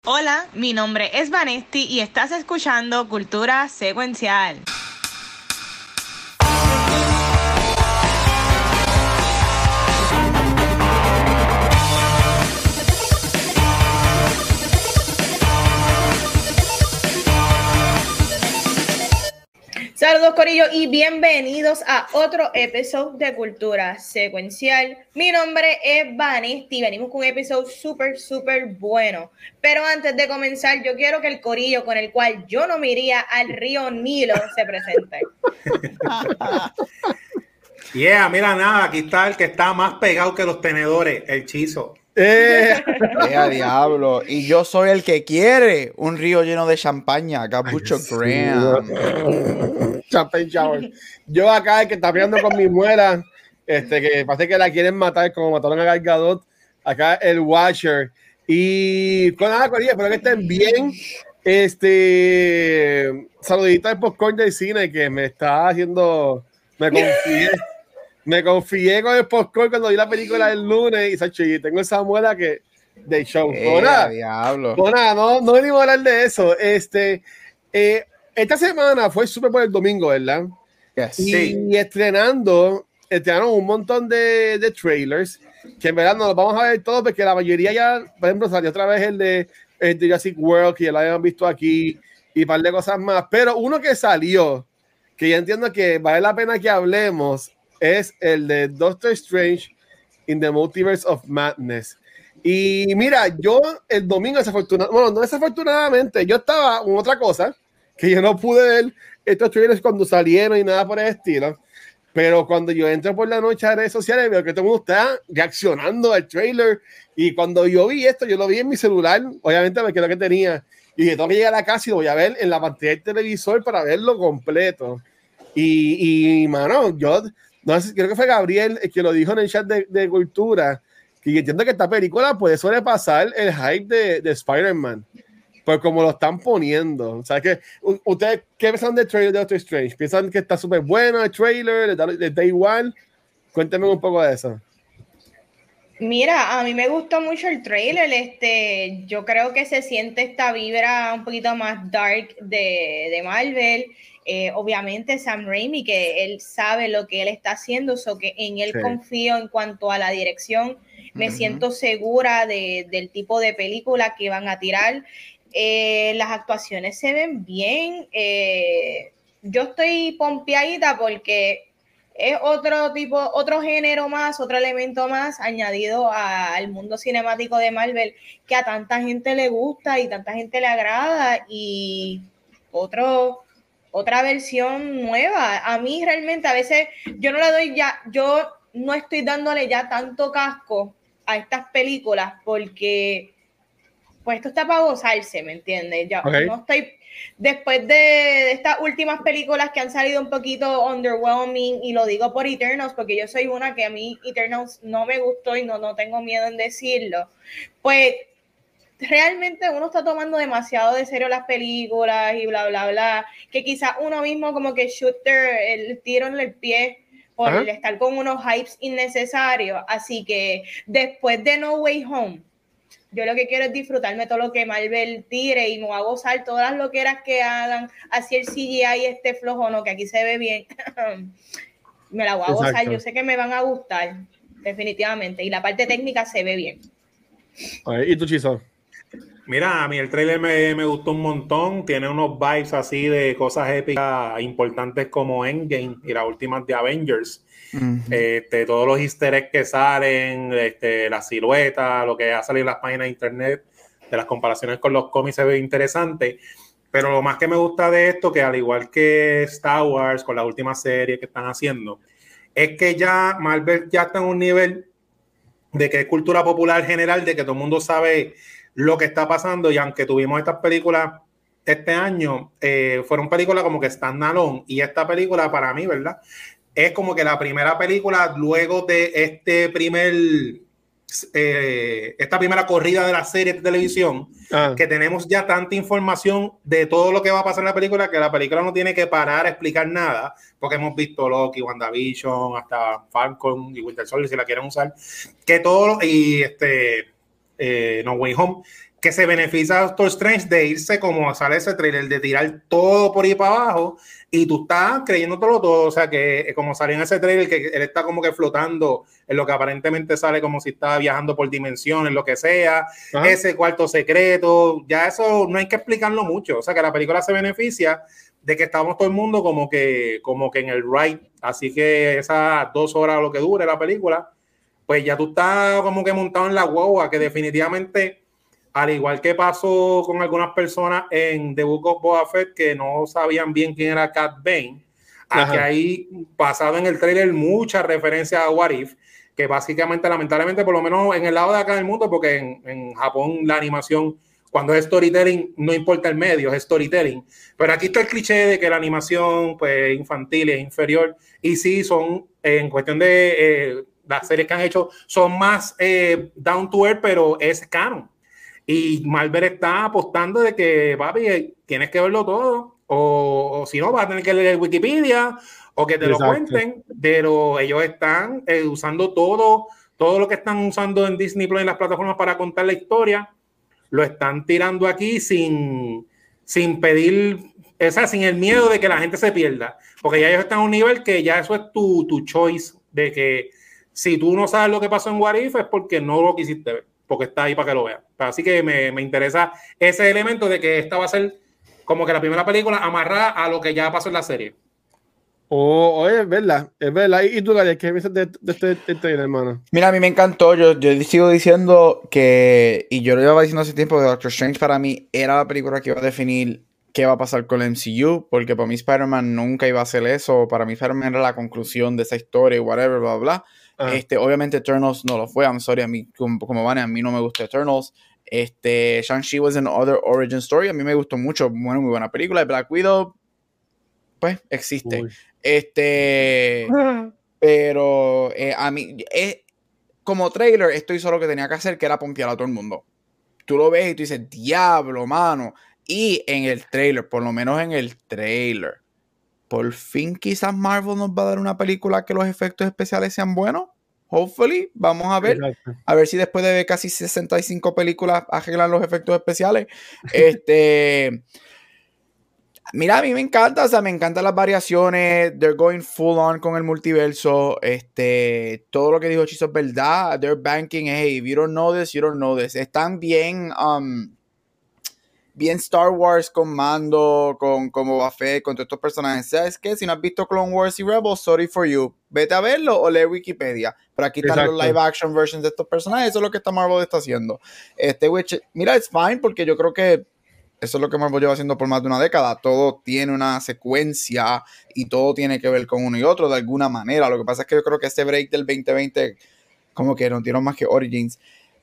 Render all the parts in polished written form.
Hola, mi nombre es Vanesti y estás escuchando Cultura Secuencial. Saludos Corillo y bienvenidos a otro episodio de Cultura Secuencial. Mi nombre es Vanesti y venimos con un episodio súper bueno. Pero antes de comenzar, yo quiero que el corillo con el cual yo no me iría al río Nilo se presente. Mira nada, aquí está el que está más pegado que los tenedores, el Chizo. A diablo. Y yo soy el que quiere un río lleno de champaña. Capucho Graham. Champagne shower. Yo acá, el que está peleando con mi muela, que parece que la quieren matar como mataron a Gal Gadot. Acá el Watcher. Y con nada, Corilla, espero que estén bien. Saludito al popcorn del cine que me está haciendo. Me confié con el popcorn cuando vi la película el lunes y Sachi, tengo esa muela que de show. Diablo. No venimos a hablar de eso. Esta semana fue súper por el domingo, ¿verdad? Yes. Y Sí. estrenaron un montón de trailers que en verdad no los vamos a ver todos porque la mayoría ya, por ejemplo, salió otra vez el de Jurassic World, que ya lo habían visto aquí y un par de cosas más. Pero uno que salió, que ya entiendo que vale la pena que hablemos, es el de Doctor Strange in the Multiverse of Madness. Y mira, yo el domingo desafortunadamente, yo estaba en otra cosa, que yo no pude ver estos trailers cuando salieron y nada por el estilo. Pero cuando yo entro por la noche a redes sociales, veo que todo el mundo está reaccionando al trailer. Y cuando yo vi esto, yo lo vi en mi celular, obviamente me quedó que tenía. Y dije, tengo que llegar a la casa y lo voy a ver en la pantalla del televisor para verlo completo. Y mano, yo no sé, creo que fue Gabriel el que lo dijo en el chat de Cultura, que entiendo que esta película puede sobrepasar el hype de Spider-Man, pues como lo están poniendo. O sea, ¿ustedes qué piensan del trailer de Doctor Strange? ¿Piensan que está súper bueno el trailer? ¿Les da igual? Cuéntenme un poco de eso. Mira, a mí me gustó mucho el trailer, yo creo que se siente esta vibra un poquito más dark de Marvel, obviamente Sam Raimi, que él sabe lo que él está haciendo, so que en él confío en cuanto a la dirección, me siento segura del tipo de película que van a tirar, las actuaciones se ven bien, yo estoy pompeadita porque es otro género más, otro elemento más añadido al mundo cinemático de Marvel que a tanta gente le gusta y tanta gente le agrada y otra versión nueva. A mí realmente a veces yo no estoy dándole ya tanto casco a estas películas porque pues esto está para gozarse, ¿me entiendes? No estoy, después de estas últimas películas que han salido un poquito underwhelming, y lo digo por Eternals, porque yo soy una que a mí Eternals no me gustó y no tengo miedo en decirlo, pues realmente uno está tomando demasiado de serio las películas y bla, que quizás uno mismo como que shooter el tiro en el pie por estar con unos hypes innecesarios, así que después de No Way Home, yo lo que quiero es disfrutarme todo lo que Marvel tire y me voy a gozar todas las loqueras que hagan, así el CGI esté flojo o no, que aquí se ve bien. Me la voy a gozar, yo sé que me van a gustar, definitivamente, y la parte técnica se ve bien. ¿Y tú, Chizo? Mira, a mí el trailer me gustó un montón, tiene unos vibes así de cosas épicas importantes como Endgame y las últimas de Avengers. Todos los easter eggs que salen, la silueta, lo que ha salido en las páginas de internet, de las comparaciones con los cómics se ve interesante, pero lo más que me gusta de esto, que al igual que Star Wars con la última serie que están haciendo, es que ya Marvel ya está en un nivel de que es cultura popular general, de que todo el mundo sabe lo que está pasando, y aunque tuvimos estas películas este año, fueron películas como que standalone, y esta película para mí, ¿verdad?, es como que la primera película luego de esta primera corrida de la serie de televisión, que tenemos ya tanta información de todo lo que va a pasar en la película, que la película no tiene que parar a explicar nada, porque hemos visto Loki, WandaVision, hasta Falcon y Winter Soldier, si la quieren usar, que todo, y No Way Home, que se beneficia a Doctor Strange de irse como sale ese trailer, de tirar todo por ahí para abajo y tú estás creyéndotelo todo, o sea que como salió en ese trailer que él está como que flotando en lo que aparentemente sale como si estaba viajando por dimensiones, lo que sea, ese cuarto secreto, ya eso no hay que explicarlo mucho, o sea que la película se beneficia de que estamos todo el mundo como que en el ride, así que esas 2 horas lo que dure la película, pues ya tú estás como que montado en la guagua, que definitivamente al igual que pasó con algunas personas en The Book of Boba Fett que no sabían bien quién era Cat Bane, aquí hay pasado en el trailer muchas referencias a What If, que básicamente, lamentablemente, por lo menos en el lado de acá del mundo, porque en Japón la animación, cuando es storytelling, no importa el medio, es storytelling. Pero aquí está el cliché de que la animación pues, infantil es inferior, y sí, son en cuestión de las series que han hecho, son más down to earth, pero es canon. Y Marvel está apostando de que, papi, tienes que verlo todo, o si no, vas a tener que leer Wikipedia, o que te lo cuenten, pero ellos están usando todo lo que están usando en Disney Plus en las plataformas para contar la historia, lo están tirando aquí sin pedir, o sea, sin el miedo de que la gente se pierda, porque ya ellos están a un nivel que ya eso es tu choice, de que si tú no sabes lo que pasó en What If es porque no lo quisiste ver, porque está ahí para que lo veas. Así que me interesa ese elemento de que esta va a ser como que la primera película amarrada a lo que ya pasó en la serie. Oye, es verdad. ¿Y tú, Gary, qué piensas de este trailer, hermano? Mira, a mí me encantó. Yo sigo diciendo que, y yo lo llevaba diciendo hace tiempo, que Doctor Strange para mí era la película que iba a definir qué va a pasar con el MCU, porque para mí Spider-Man nunca iba a hacer eso. Para mí Spider-Man era la conclusión de esa historia, whatever, bla, bla. Obviamente Eternals no lo fue. I'm sorry, a mí como van, a mí no me gusta Eternals. Shang-Chi was an other origin story. A mí me gustó mucho. Bueno, muy buena película. Black Widow, pues, existe. Pero a mí, como trailer, esto hizo lo que tenía que hacer, que era pompear a todo el mundo. Tú lo ves y tú dices, diablo, mano. Y en el trailer, por lo menos en el trailer, por fin quizás Marvel nos va a dar una película que los efectos especiales sean buenos. Hopefully, vamos a ver. Exacto. A ver si después de casi 65 películas arreglan los efectos especiales. Mira, a mí me encanta, o sea, me encantan las variaciones. They're going full on con el multiverso. Todo lo que dijo Chizo es verdad. They're banking, hey, if you don't know this, you don't know this. Están bien Star Wars con Mando, con Boba Fett, con todos estos personajes. ¿Sabes qué? Si no has visto Clone Wars y Rebels, sorry for you. Vete a verlo o lee Wikipedia. Pero aquí están los live action versions de estos personajes. Eso es lo que esta Marvel está haciendo. Mira, it's fine, porque yo creo que eso es lo que Marvel lleva haciendo por más de una década. Todo tiene una secuencia y todo tiene que ver con uno y otro de alguna manera. Lo que pasa es que yo creo que este break del 2020 como que no tiene más que Origins.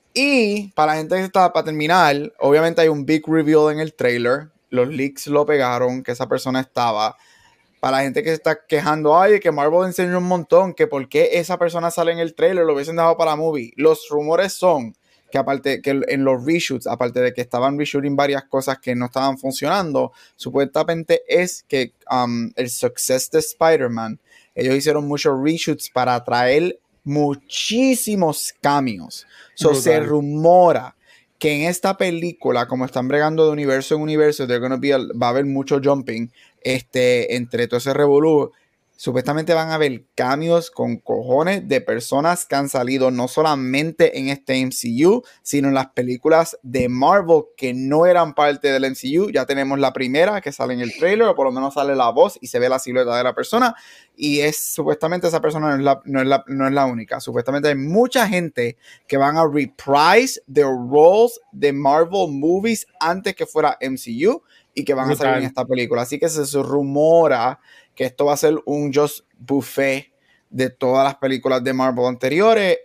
Y para la gente que está, para terminar, obviamente hay un big reveal en el trailer. Los leaks lo pegaron, que esa persona estaba. Para la gente que se está quejando, ay, que Marvel enseñó un montón, que por qué esa persona sale en el trailer, lo hubiesen dejado para la movie. Los rumores son que aparte que en los reshoots, aparte de que estaban reshooting varias cosas que no estaban funcionando, supuestamente es que el success de Spider-Man, ellos hicieron muchos reshoots para atraer muchísimos cameos. Se rumora que en esta película, como están bregando de universo en universo, va a haber mucho jumping entre todo ese revolú. Supuestamente van a haber cambios con cojones de personas que han salido no solamente en este MCU, sino en las películas de Marvel que no eran parte del MCU. Ya tenemos la primera que sale en el trailer, o por lo menos sale la voz y se ve la silueta de la persona. Y supuestamente esa persona no es la única. Supuestamente hay mucha gente que van a reprise their roles de Marvel movies antes que fuera MCU y que van a salir en esta película. Así que se rumora que esto va a ser un just buffet de todas las películas de Marvel anteriores,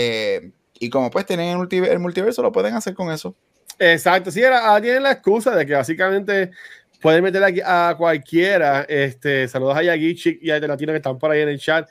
y como pues tienen el multiverso, lo pueden hacer con eso. Exacto, sí, ahora tienen la excusa de que básicamente pueden meter aquí a cualquiera. Saludos a Yagichi y a Latino que están por ahí en el chat.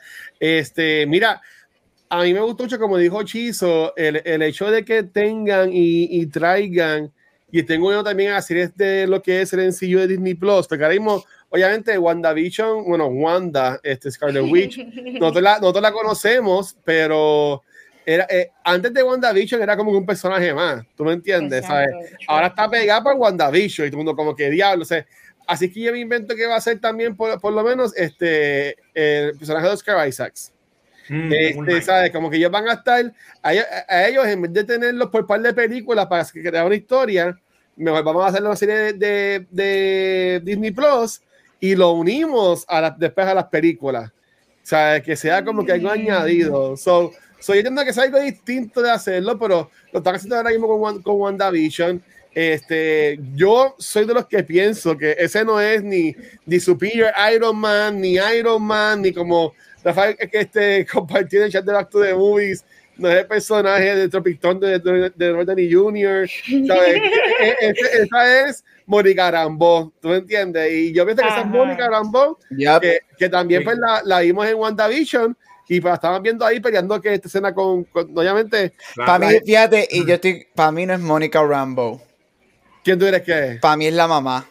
Mira, a mí me gustó mucho, como dijo Chizo, el hecho de que tengan y traigan, y tengo yo también a series de lo que es el MCU de Disney Plus, porque ahora mismo, obviamente, Wanda, Scarlet Witch, nosotros la conocemos, pero antes de WandaVision era como un personaje más, ¿tú me entiendes? ¿Sabes? Ahora está pegada por WandaVision y todo el mundo como que diablo, o sea, así que yo me invento que va a ser también por lo menos el personaje de Oscar Isaacs. ¿Sabes? Como que ellos van a estar a ellos en vez de tenerlos por par de películas para crear una historia, mejor vamos a hacer una serie de Disney Plus y lo unimos después a las películas, ¿sabes? Que sea como que algo añadido. So yo entiendo que es algo distinto de hacerlo, pero lo están haciendo ahora mismo con WandaVision. Yo soy de los que pienso que ese no es ni Superior Iron Man, ni como Rafael que compartió en el chat de Back to the Movies, no es el personaje de Tropictón de Robert Downey Jr. ¿Sabes? Esa es Mónica Rambeau, ¿tú me entiendes? Y yo pienso que esa es Mónica Rambeau, que también pues, la vimos en WandaVision. Y pues estaban viendo ahí peleando que esta escena con obviamente. Para mí, fíjate, para mí no es Mónica Rambeau. ¿Quién tú eres que es? Para mí es la mamá.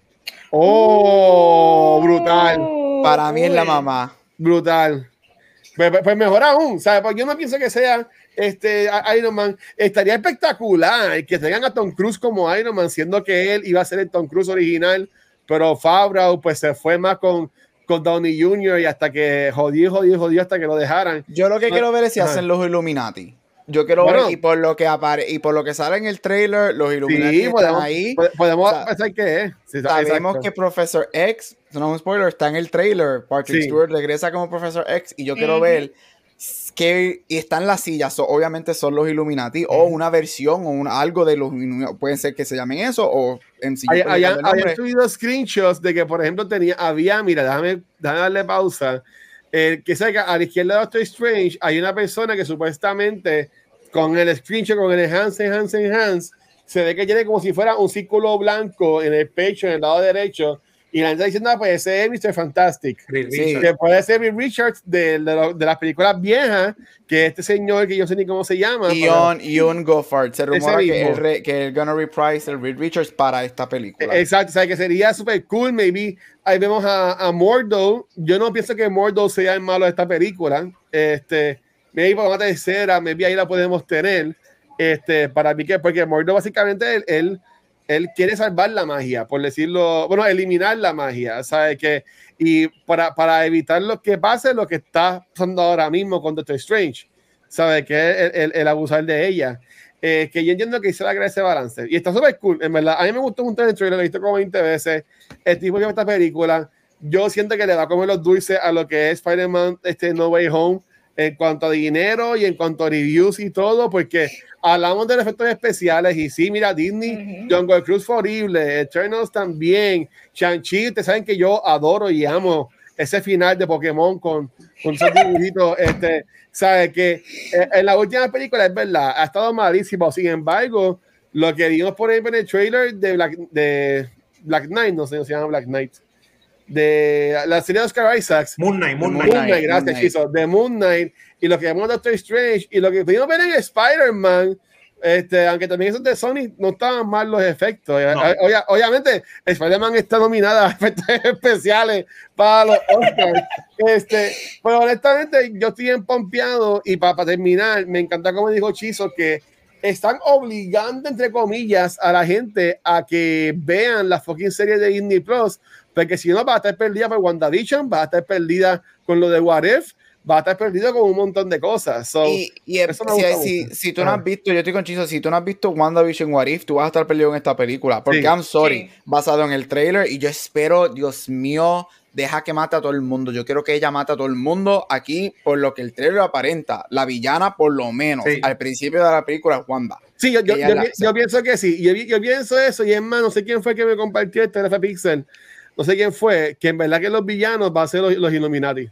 Oh, brutal. Para mí es la mamá. Brutal. Pues mejor aún, ¿sabes? Porque yo no pienso que sea Iron Man. Estaría espectacular que tengan a Tom Cruise como Iron Man, siendo que él iba a ser el Tom Cruise original, pero Favreau pues se fue más con Downey Jr. y hasta que jodió hasta que lo dejaran. Yo lo que quiero ver es si hacen los Illuminati. Yo quiero ver, y por lo que sale en el trailer, los Illuminati están ahí. Podemos pensar que es. Sí, sabemos que Professor X, no es un spoiler, está en el trailer. Patrick Stewart regresa como Professor X y yo quiero ver que está en la silla, obviamente son los Illuminati o una versión o algo de los Illuminati, pueden ser que se llamen eso o hayan subido screenshots de que por ejemplo mira, déjame darle pausa, que sabe a la izquierda de Doctor Strange hay una persona que supuestamente con el screenshot, con el enhance se ve que tiene como si fuera un círculo blanco en el pecho, en el lado derecho. Y la gente está diciendo, pues ese es Mr. Fantastic. Sí. Que puede ser Reed Richards de las películas viejas, que este señor que yo sé ni cómo se llama. Ian Goffard. Se rumora que él gonna reprise el Reed Richards para esta película. Exacto, o sea, que sería súper cool, maybe. Ahí vemos a Mordo. Yo no pienso que Mordo sea el malo de esta película. Maybe para una tercera, maybe ahí la podemos tener. Para mí que, porque Mordo básicamente él quiere salvar la magia, por decirlo, bueno, eliminar la magia, ¿sabes? Y para evitar lo que pase, lo que está pasando ahora mismo con Doctor Strange, ¿sabes? Que es el abusar de ella. Que yo entiendo que se le agrega ese balance. Y está súper cool, en verdad. A mí me gustó un trailer, lo he visto como 20 veces. El tipo que ve esta película, yo siento que le va a comer los dulces a lo que es Spider-Man No Way Home, en cuanto a dinero y en cuanto a reviews y todo, porque hablamos de los efectos especiales y sí, mira, Disney, Jungle Cruise fue horrible, Eternals también, Shang-Chi, ustedes saben que yo adoro y amo ese final de Pokémon con esos dibujitos, sabe que en la última película es verdad, ha estado malísimo, sin embargo, lo que vimos por ejemplo en el trailer de Black Knight, no sé si se llama Black Knight, de la serie de Oscar Isaacs, Moon Knight, gracias, Chizo, de Moon Knight, y lo que vemos de Doctor Strange, y lo que pudimos ver en Spider-Man, aunque también esos de Sony no estaban mal los efectos. No. Obviamente, Spider-Man está nominada a efectos especiales para los Oscars. Pero honestamente, yo estoy empompeado, y para terminar, me encanta como dijo Chizo, que están obligando, entre comillas, a la gente a que vean la fucking serie de Disney Plus, porque si no, va a estar perdida por WandaVision, va a estar perdida con lo de What If, va a estar perdido con un montón de cosas. So, si tú no has visto, yo estoy con Chizo, si tú no has visto WandaVision What If, tú vas a estar perdido en esta película, porque I'm sorry, basado en el trailer, y yo espero, Dios mío, deja que mate a todo el mundo. Yo quiero que ella mate a todo el mundo aquí, por lo que el trailer aparenta. La villana, por lo menos, al principio de la película es Wanda. Sí, yo pienso que sí. Yo pienso eso, y es más, no sé quién fue que me compartió este Pixel. No sé quién fue, que en verdad que los villanos van a ser los Illuminati.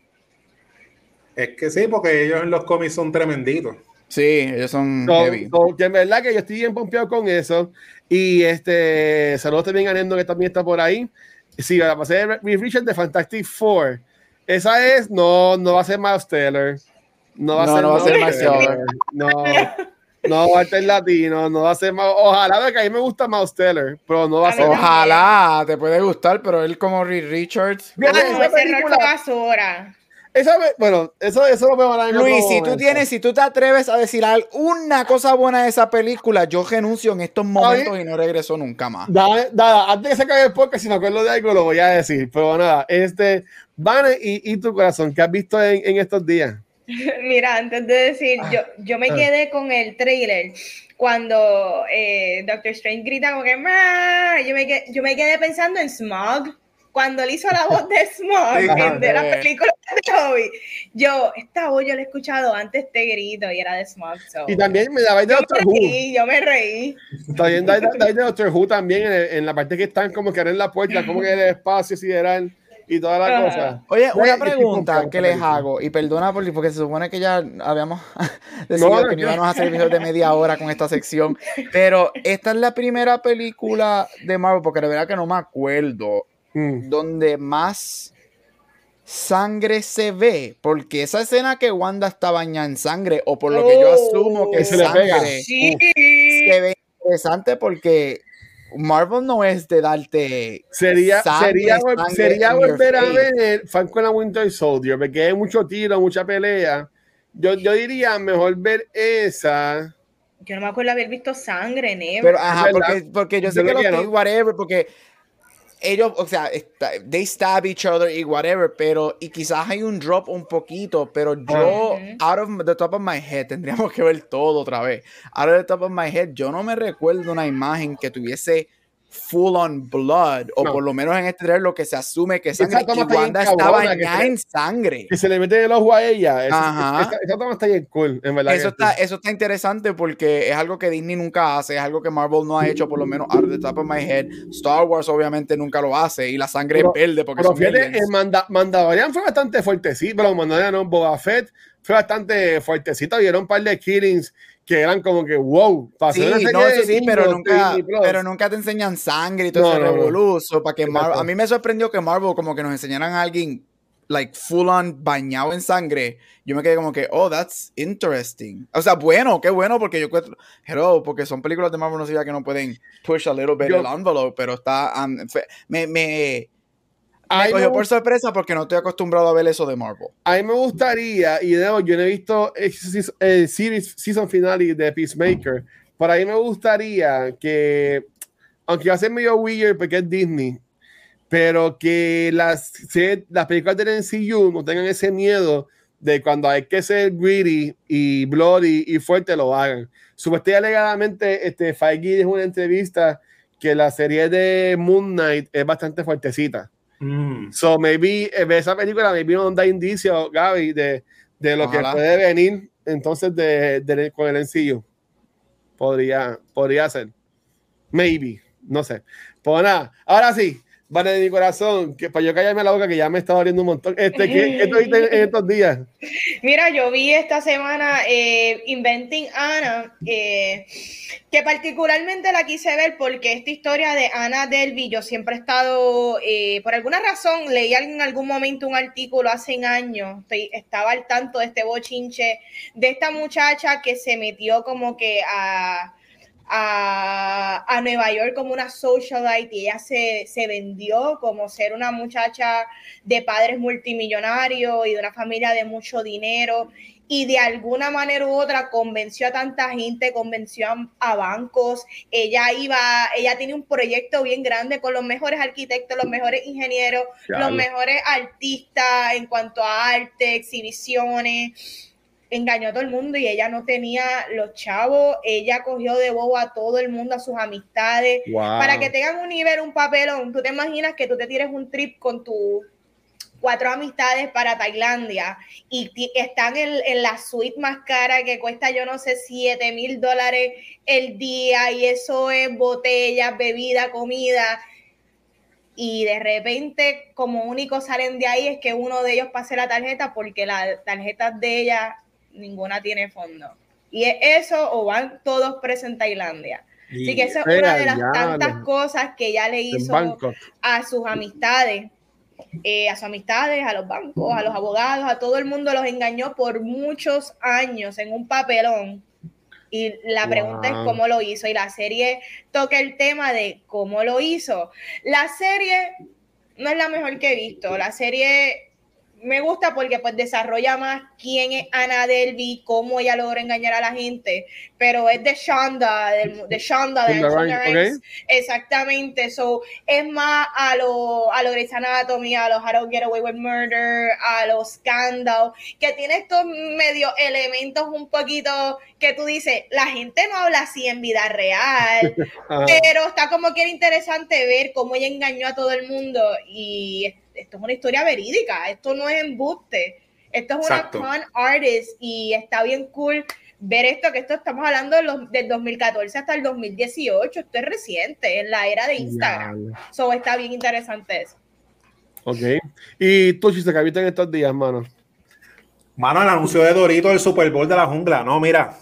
Es que sí, porque ellos en los cómics son tremenditos. Sí, ellos son heavy. Que en verdad que yo estoy bien pompeado con eso. Y saludos también a Nendo, que también está por ahí. Sí, la pasé de Reed Richards de Fantastic Four. Esa es, no va a ser Miles Teller. No va a ser Miles Teller. No va a ser latino, no va a ser más. Ojalá, que a mí me gusta Miles Teller, pero no va a ser. Ojalá te puede gustar, pero él como Reed Richards. Bueno, eso lo veo ahora en Luis, otro momento. si tú te atreves a decir una cosa buena de esa película, yo renuncio en estos momentos y no regreso nunca más. Nada, antes de sacar el podcast, si me acuerdo de algo, lo voy a decir. Pero nada, Vane, y tu corazón, ¿qué has visto en estos días? Mira, antes de decir, yo me quedé con el trailer cuando Doctor Strange grita como que ¡Mah! Yo me quedé pensando en Smog. Cuando él hizo la voz de Smog de la película de Hobby, esta voz yo la he escuchado antes, este grito, y era de Smog. So. Y también me daba de Doctor Who. Yo me reí. También da de Doctor Who también en la parte que están como que en la puerta, como que el espacio sideral y toda la cosa. Oye, una pregunta que les hago, y perdona porque se supone que ya habíamos decidido que no íbamos a hacer videos de media hora con esta sección, pero esta es la primera película de Marvel, porque de verdad que no me acuerdo, donde más sangre se ve, porque esa escena que Wanda está bañada en sangre, o por lo que yo asumo que es sangre, se ve interesante porque Marvel no es de darte sería volver a ver Falcon and Winter Soldier, porque hay mucho tiro, mucha pelea. Yo diría mejor ver esa. Yo no me acuerdo haber visto sangre, never. Pero porque yo sé que los whatever, porque ellos, o sea, they stab each other y whatever, pero y quizás hay un drop un poquito, pero yo, out of the top of my head, tendríamos que ver todo otra vez. Out of the top of my head, yo no me recuerdo una imagen que tuviese full on blood, o por lo menos en este trailer lo que se asume que es sangre, y Wanda está bañada en sangre. Que se le mete el ojo a ella. Esa toma está bien cool, en verdad. Eso está interesante porque es algo que Disney nunca hace, es algo que Marvel no ha hecho, por lo menos out of the top of my head. Star Wars obviamente nunca lo hace, y la sangre es verde porque pero fíjate, Mandalorian fue bastante fuertecito, pero Mandalorian no, Boba Fett fue bastante fuertecito, vieron un par de killings que eran como que wow, pero nunca te enseñan sangre y todo ese revoluzo, para que a mí me sorprendió que Marvel como que nos enseñaran a alguien like full on bañado en sangre. Yo me quedé como que, oh, that's interesting. O sea, qué bueno, porque yo encuentro, porque son películas de Marvel, no sé, que no pueden push a little bit el envelope, pero está, me cogió por sorpresa porque no estoy acostumbrado a ver eso de Marvel. A mí me gustaría, y yo no he visto el season finale de Peacemaker, pero a mí me gustaría que, aunque va a ser medio weird porque es Disney, pero que las películas del MCU no tengan ese miedo de cuando hay que ser greedy y bloody y fuerte lo hagan. Supuestamente alegadamente Feige dijo en una entrevista que la serie de Moon Knight es bastante fuertecita. So maybe esa película maybe nos da indicio, Gaby, de lo que puede venir entonces con el MCU. Podría ser. Maybe, no sé. Pues nada, ahora sí, Vale de mi corazón, que para yo callarme la boca que ya me está doliendo un montón. ¿Qué tuviste en estos días? Mira, yo vi esta semana Inventing Anna, que particularmente la quise ver porque esta historia de Anna Delvey, yo siempre he estado, por alguna razón, leí en algún momento un artículo hace años, estaba al tanto de este bochinche, de esta muchacha que se metió como que a Nueva York como una socialite, y ella se vendió como ser una muchacha de padres multimillonarios y de una familia de mucho dinero, y de alguna manera u otra convenció a tanta gente, convenció a bancos. Ella tiene un proyecto bien grande con los mejores arquitectos, los mejores ingenieros, los mejores artistas en cuanto a arte, exhibiciones. Engañó a todo el mundo y ella no tenía los chavos. Ella cogió de bobo a todo el mundo, a sus amistades. Para que tengan un nivel, un papelón. Tú te imaginas que tú te tires un trip con tus 4 amistades para Tailandia y están en la suite más cara que cuesta, yo no sé, $7,000 el día, y eso es botellas, bebida, comida, y de repente como único salen de ahí es que uno de ellos pase la tarjeta, porque las tarjetas de ella ninguna tiene fondo, y es eso o van todos presos en Tailandia. Así que eso es una de las tantas cosas que ella le hizo a sus amistades, a los bancos, a los abogados, a todo el mundo. Los engañó por muchos años en un papelón, y la pregunta es cómo lo hizo, y la serie toca el tema de cómo lo hizo. La serie no es la mejor que he visto. La serie me gusta porque pues desarrolla más quién es Anna Delvey, cómo ella logra engañar a la gente, pero es de Shonda, de Shonda Rhimes, exactamente, so es más a lo Grey's Anatomy, a los How to Get Away with Murder, a los Scandal, que tiene estos medio elementos un poquito que tú dices, la gente no habla así en vida real, pero está como que era interesante ver cómo ella engañó a todo el mundo, y esto es una historia verídica, esto no es embuste, esto es una con artist, y está bien cool ver esto, que esto estamos hablando del 2014 hasta el 2018, esto es reciente, en la era de Instagram, so está bien interesante eso. Ok, y tú, Chiste, ¿qué viste en estos días, mano? Mano, el anuncio de Dorito del Super Bowl de la jungla. No, mira.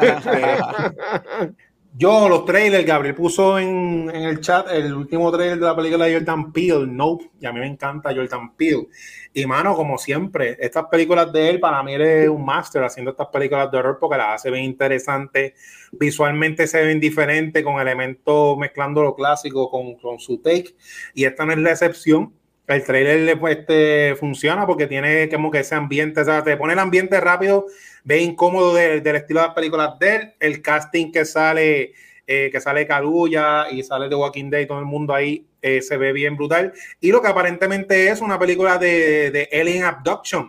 Yo, los trailers, Gabriel puso en el chat el último trailer de la película de Jordan Peele, Nope, y a mí me encanta Jordan Peele. Y, mano, como siempre, estas películas de él, para mí es un máster haciendo estas películas de horror porque las hace bien interesantes. Visualmente se ven diferentes, con elementos mezclando lo clásico con su take. Y esta no es la excepción. El trailer pues, funciona porque tiene como que ese ambiente, o sea, te pone el ambiente rápido, ve incómodo del estilo de las películas de él, el casting que sale Kaluuya y sale The Walking Dead, todo el mundo ahí se ve bien brutal, y lo que aparentemente es una película de Alien Abduction,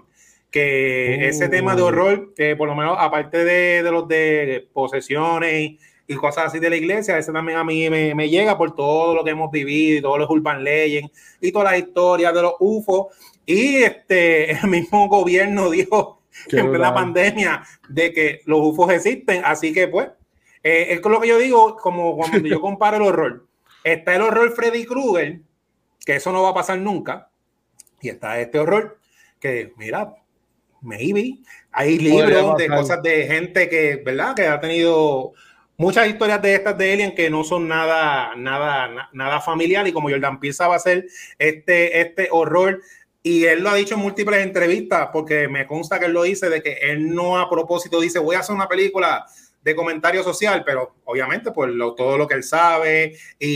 que ese tema de horror, que por lo menos aparte de los de posesiones y cosas así de la iglesia, ese también a mí me llega por todo lo que hemos vivido y todos los urban legends y todas las historias de los UFO, y el mismo gobierno dijo en plena pandemia de que los UFOs existen, así que pues es lo que yo digo, como cuando yo comparo el horror, está el horror Freddy Krueger, que eso no va a pasar nunca, y está este horror que mira, maybe hay libros de cosas de gente que, ¿verdad?, que ha tenido muchas historias de estas de Alien que no son nada familiar, y como Jordan Peele va a hacer este horror, y él lo ha dicho en múltiples entrevistas, porque me consta que él lo dice, de que él no a propósito dice voy a hacer una película de comentario social, pero obviamente pues todo lo que él sabe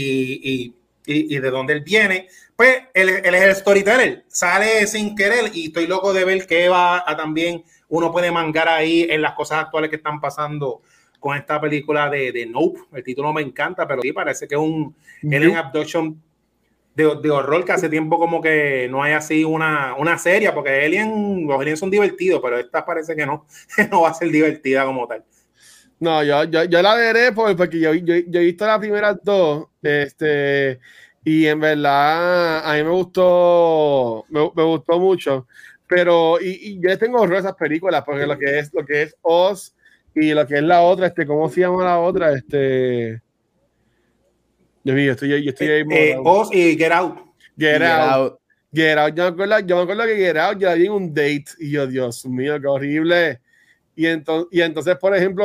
y de dónde él viene, pues él es el storyteller, sale sin querer, y estoy loco de ver qué va a también uno puede mangar ahí en las cosas actuales que están pasando con esta película de Nope. El título me encanta, pero sí parece que es un Alien Abduction de horror, que hace tiempo como que no hay así una serie, porque los aliens son divertidos, pero esta parece que no va a ser divertida como tal. No, yo la veré porque yo he visto las primeras dos, y en verdad a mí me gustó mucho, pero y yo les tengo horror a esas películas, porque lo que es Oz y lo que es la otra, ¿cómo se llama la otra? Dios mío, yo estoy ahí. Oz y Get Out. Get Out. Yo me acuerdo que Get Out ya vi en un date, y yo, Dios mío, qué horrible. Y entonces, por ejemplo,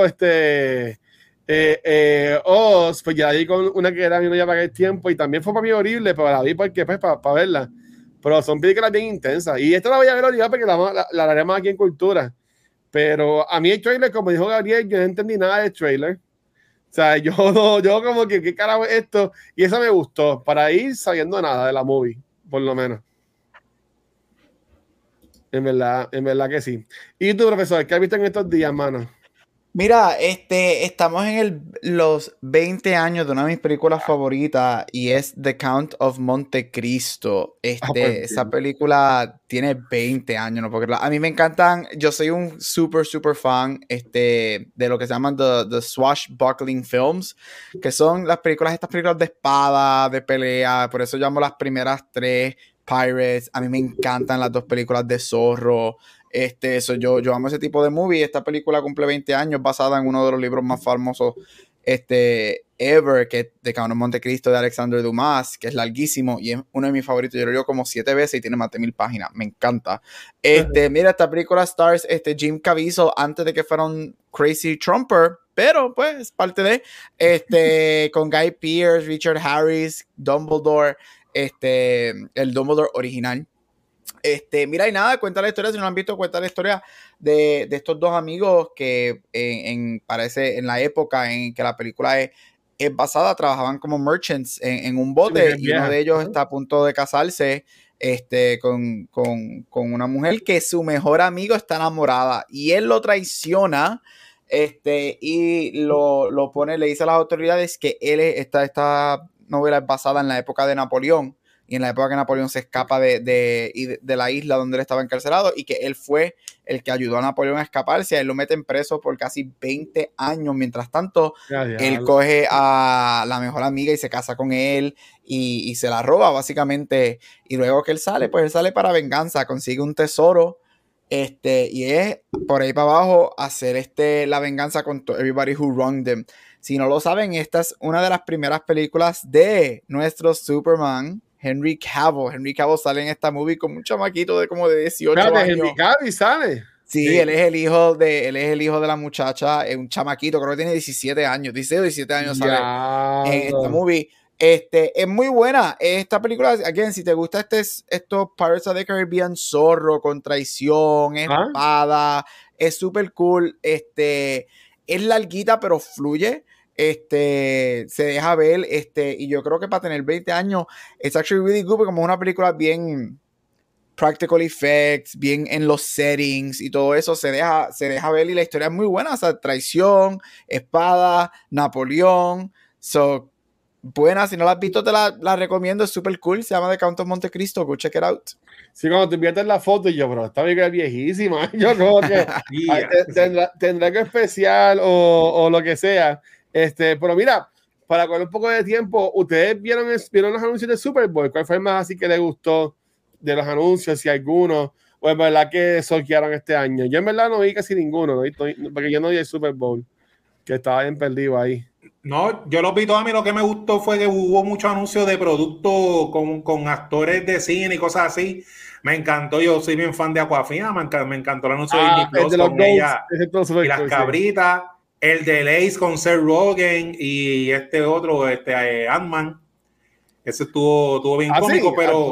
Oz, pues ya la vi con una que era mi novia para aquel tiempo, y también fue para mí horrible, pero la vi porque, pues, para verla. Pero son películas bien intensas. Y esta la voy a ver ahorita porque la haremos aquí en Cultura. Pero a mí el trailer, como dijo Gabriel, yo no entendí nada del trailer. O sea, yo como que, ¿qué carajo es esto? Y eso me gustó, para ir sabiendo nada de la movie, por lo menos. En verdad que sí. ¿Y tú, profesor, qué has visto en estos días, mano? Mira, estamos en los 20 años de una de mis películas favoritas, y es The Count of Monte Cristo. Esa película tiene 20 años, ¿no? Porque a mí me encantan, yo soy un super fan de lo que se llaman the swashbuckling films, que son estas películas de espada, de pelea, por eso llamo las primeras 3 Pirates. A mí me encantan las 2 películas de Zorro. Yo amo ese tipo de movie. Esta película cumple 20 años, basada en uno de los libros más famosos ever, que es The Count of Monte Cristo, de Alexander Dumas, que es larguísimo y es uno de mis favoritos. Yo lo leo como 7 veces y tiene más de 1000 páginas. Me encanta. Mira, esta película stars Jim Caviezel antes de que fuera un crazy Trumper, pero pues parte de con Guy Pearce, Richard Harris, Dumbledore, el Dumbledore original. Mira, y nada, cuenta la historia, si no lo han visto, cuenta la historia de estos 2 amigos que parece en la época en que la película es basada, trabajaban como merchants en un bote, y uno de ellos está a punto de casarse con una mujer que su mejor amigo está enamorada y él lo traiciona. Y lo pone, le dice a las autoridades que esta novela es basada en la época de Napoleón y en la época que Napoleón se escapa de la isla donde él estaba encarcelado y que él fue el que ayudó a Napoleón a escaparse. A él lo meten preso por casi 20 años. Mientras tanto, él coge a la mejor amiga y se casa con él y se la roba básicamente. Y luego que él sale, pues él sale para venganza, consigue un tesoro. Y es por ahí para abajo hacer la venganza con everybody who wronged them. Si no lo saben, esta es una de las primeras películas de nuestro Superman, Henry Cavill. Henry Cavill sale en esta movie con un chamaquito de como de 18 años. Henry Cavill sale. Sí, él es el hijo de la muchacha, un chamaquito, creo que tiene 17 años, 16 o 17 años sale en esta movie. Es muy buena esta película. Again, si te gusta estos Pirates of the Caribbean zorro con traición, espada, es súper cool. Es larguita pero fluye. Se deja ver. Y yo creo que para tener 20 años es actually really good, como una película bien practical effects, bien en los settings y todo eso se deja ver y la historia es muy buena. O sea, traición, espada, Napoleón. Buena, si no la has visto te la recomiendo, es súper cool, se llama The Count of Monte Cristo, go check it out. Sí, cuando te enviaste la foto y yo, bro, esta película es viejísima, yo creo que tendrá que especial o lo que sea, pero mira, para con un poco de tiempo, ¿ustedes vieron los anuncios de Super Bowl? ¿Cuál fue el más así que les gustó de los anuncios, si alguno, o es verdad que soquearon este año? Yo en verdad no vi casi ninguno, porque yo no vi el Super Bowl, que estaba bien perdido ahí. No, yo los vi todos. A mí lo que me gustó fue que hubo muchos anuncios de productos con actores de cine y cosas así. Me encantó, yo soy bien fan de Aquafina, me encantó el anuncio de Disney Plus con ella y las cabritas, el de Lace con Seth Rogen y otro, Ant-Man. Ese estuvo bien cómico, sí, pero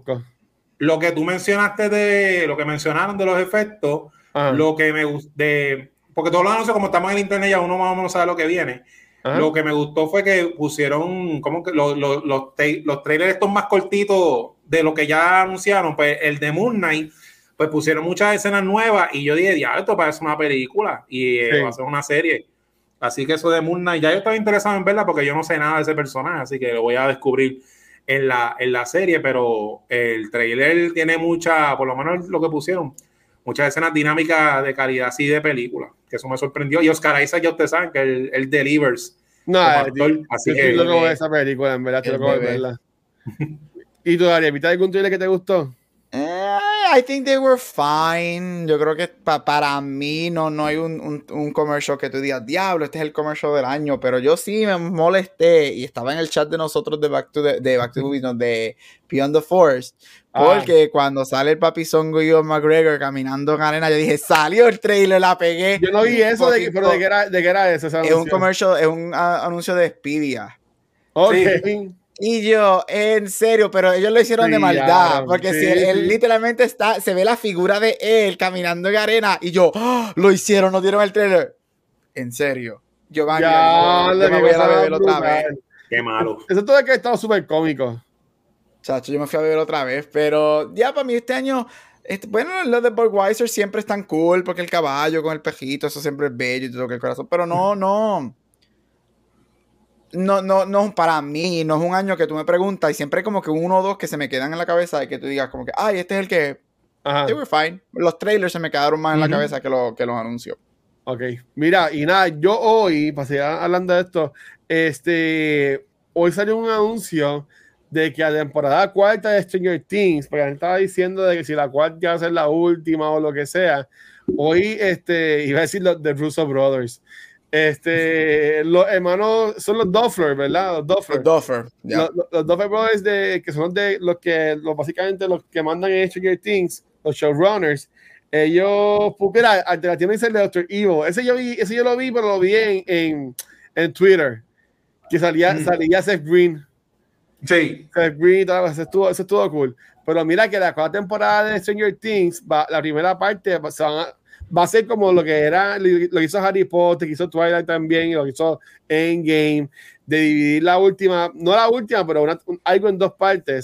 lo que tú mencionaste lo que mencionaron de los efectos, lo que me gustó, porque todos los anuncios, como estamos en el internet, ya uno más o menos sabe lo que viene. Lo que me gustó fue que pusieron como que los trailers estos más cortitos de lo que ya anunciaron, pues el de Moon Knight, pues pusieron muchas escenas nuevas y yo dije, diablo, esto parece una película y va a ser una serie. Así que eso de Moon Knight, ya yo estaba interesado en verla porque yo no sé nada de ese personaje, así que lo voy a descubrir en la serie, pero el trailer tiene por lo menos lo que pusieron, muchas escenas dinámicas de calidad así de película, que eso me sorprendió. Y Oscar Isaac, ya ustedes saben que él delivers. No, así que yo no esa película, en verdad, tengo que verla. ¿Y tú, Daria, viste algún trailer que te gustó? I think they were fine. Yo creo que para mí no hay un commercial que tú digas, diablo, este es el commercial del año, pero yo sí me molesté y estaba en el chat de nosotros de Back to the Movies, no, de Beyond the Force, porque cuando sale el papizongo y Ewan McGregor caminando en arena, yo dije, salió el trailer, la pegué. Yo no vi eso, pero ¿de qué era eso? Es un commercial, es un anuncio de Expedia. Ok. Sí. Y yo, en serio, pero ellos lo hicieron de maldad, porque él literalmente se ve la figura de él caminando en arena, y yo, lo hicieron, no dieron el trailer. En serio. Yo me voy a beber otra vez. Qué malo. Eso todo es que estaba súper cómico. Chacho, yo me fui a beber otra vez, pero ya para mí este año, bueno, los de Budweiser siempre están cool, porque el caballo con el pejito, eso siempre es bello y todo el corazón, pero no, para mí no es un año que tú me preguntas y siempre hay como que uno o dos que se me quedan en la cabeza y que tú digas como que, ay, este es el que they were fine. Los trailers se me quedaron más en la cabeza que los anuncios. Ok, mira, y nada, yo hoy, para seguir hablando de esto, hoy salió un anuncio de que a la temporada cuarta de Stranger Things, porque la gente estaba diciendo de que si la cuarta va a ser la última o lo que sea, hoy iba a decir los de Russo Brothers. Los hermanos son los Duffer, ¿verdad? Los Duffer. Yeah. Los Duffer Brothers, que son básicamente los que mandan en Stranger Things, los showrunners. Ellos, porque era alternativa dice el de Dr. Evil. Ese yo lo vi, pero lo vi en Twitter. Que salía Seth Green. Sí. Seth Green y todo eso estuvo cool. Pero mira que la cuarta temporada de Stranger Things, la primera parte va a ser como lo que lo hizo Harry Potter, que hizo Twilight también, y lo que hizo Endgame, de dividir la última, no la última, pero algo en dos partes,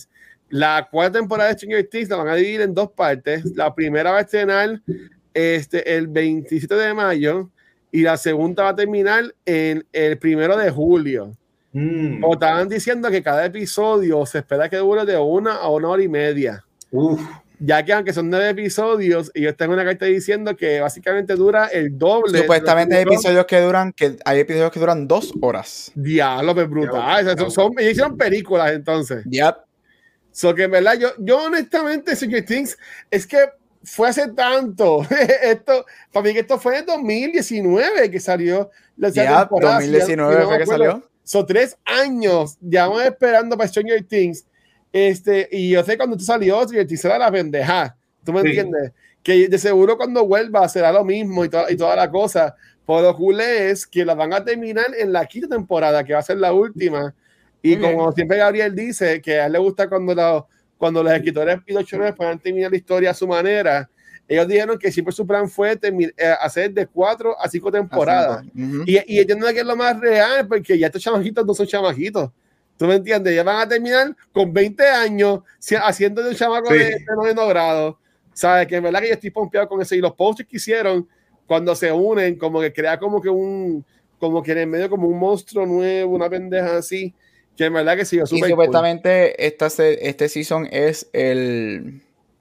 La cuarta temporada de Stranger Things la van a dividir en 2 partes. La primera va a estrenar el 27 de mayo y la segunda va a terminar en el 1 de julio. O estaban diciendo que cada episodio se espera que dure de 1 a 1 hora y media. Ya que aunque son 9 episodios, ellos tengo una carta diciendo que básicamente dura el doble. Supuestamente hay episodios que duran 2 horas. Diablo, pues brutal. Ellos hicieron películas entonces. Yep. So que en verdad, yo honestamente, Stranger Things, es que fue hace tanto. Para mí que esto fue en 2019 que salió la temporada. 2019 fue que salió. Son 3 años. Ya vamos esperando para Stranger Things. Y yo sé cuando tú salió, Stranger Things era la pendeja. ¿Tú me entiendes? Que de seguro cuando vuelva será lo mismo y toda la cosa. Pero lo cool es que la van a terminar en la 5ª temporada, que va a ser la última. Y como siempre Gabriel dice, que a él le gusta cuando los escritores y los showrunners puedan terminar la historia a su manera. Ellos dijeron que siempre su plan fue hacer de 4 a 5 temporadas. Y entiendo que es lo más real, porque ya estos chamaquitos no son chamaquitos. ¿Tú me entiendes? Ya van a terminar con 20 años haciendo de un chamaco de 9 grados. ¿Sabes? Que en verdad que yo estoy pompeado con eso. Y los posters que hicieron cuando se unen, como que crea como que como que en el medio como un monstruo nuevo, una pendeja así. Que en verdad que sí, yo súper. Y supuestamente cool. Este season es el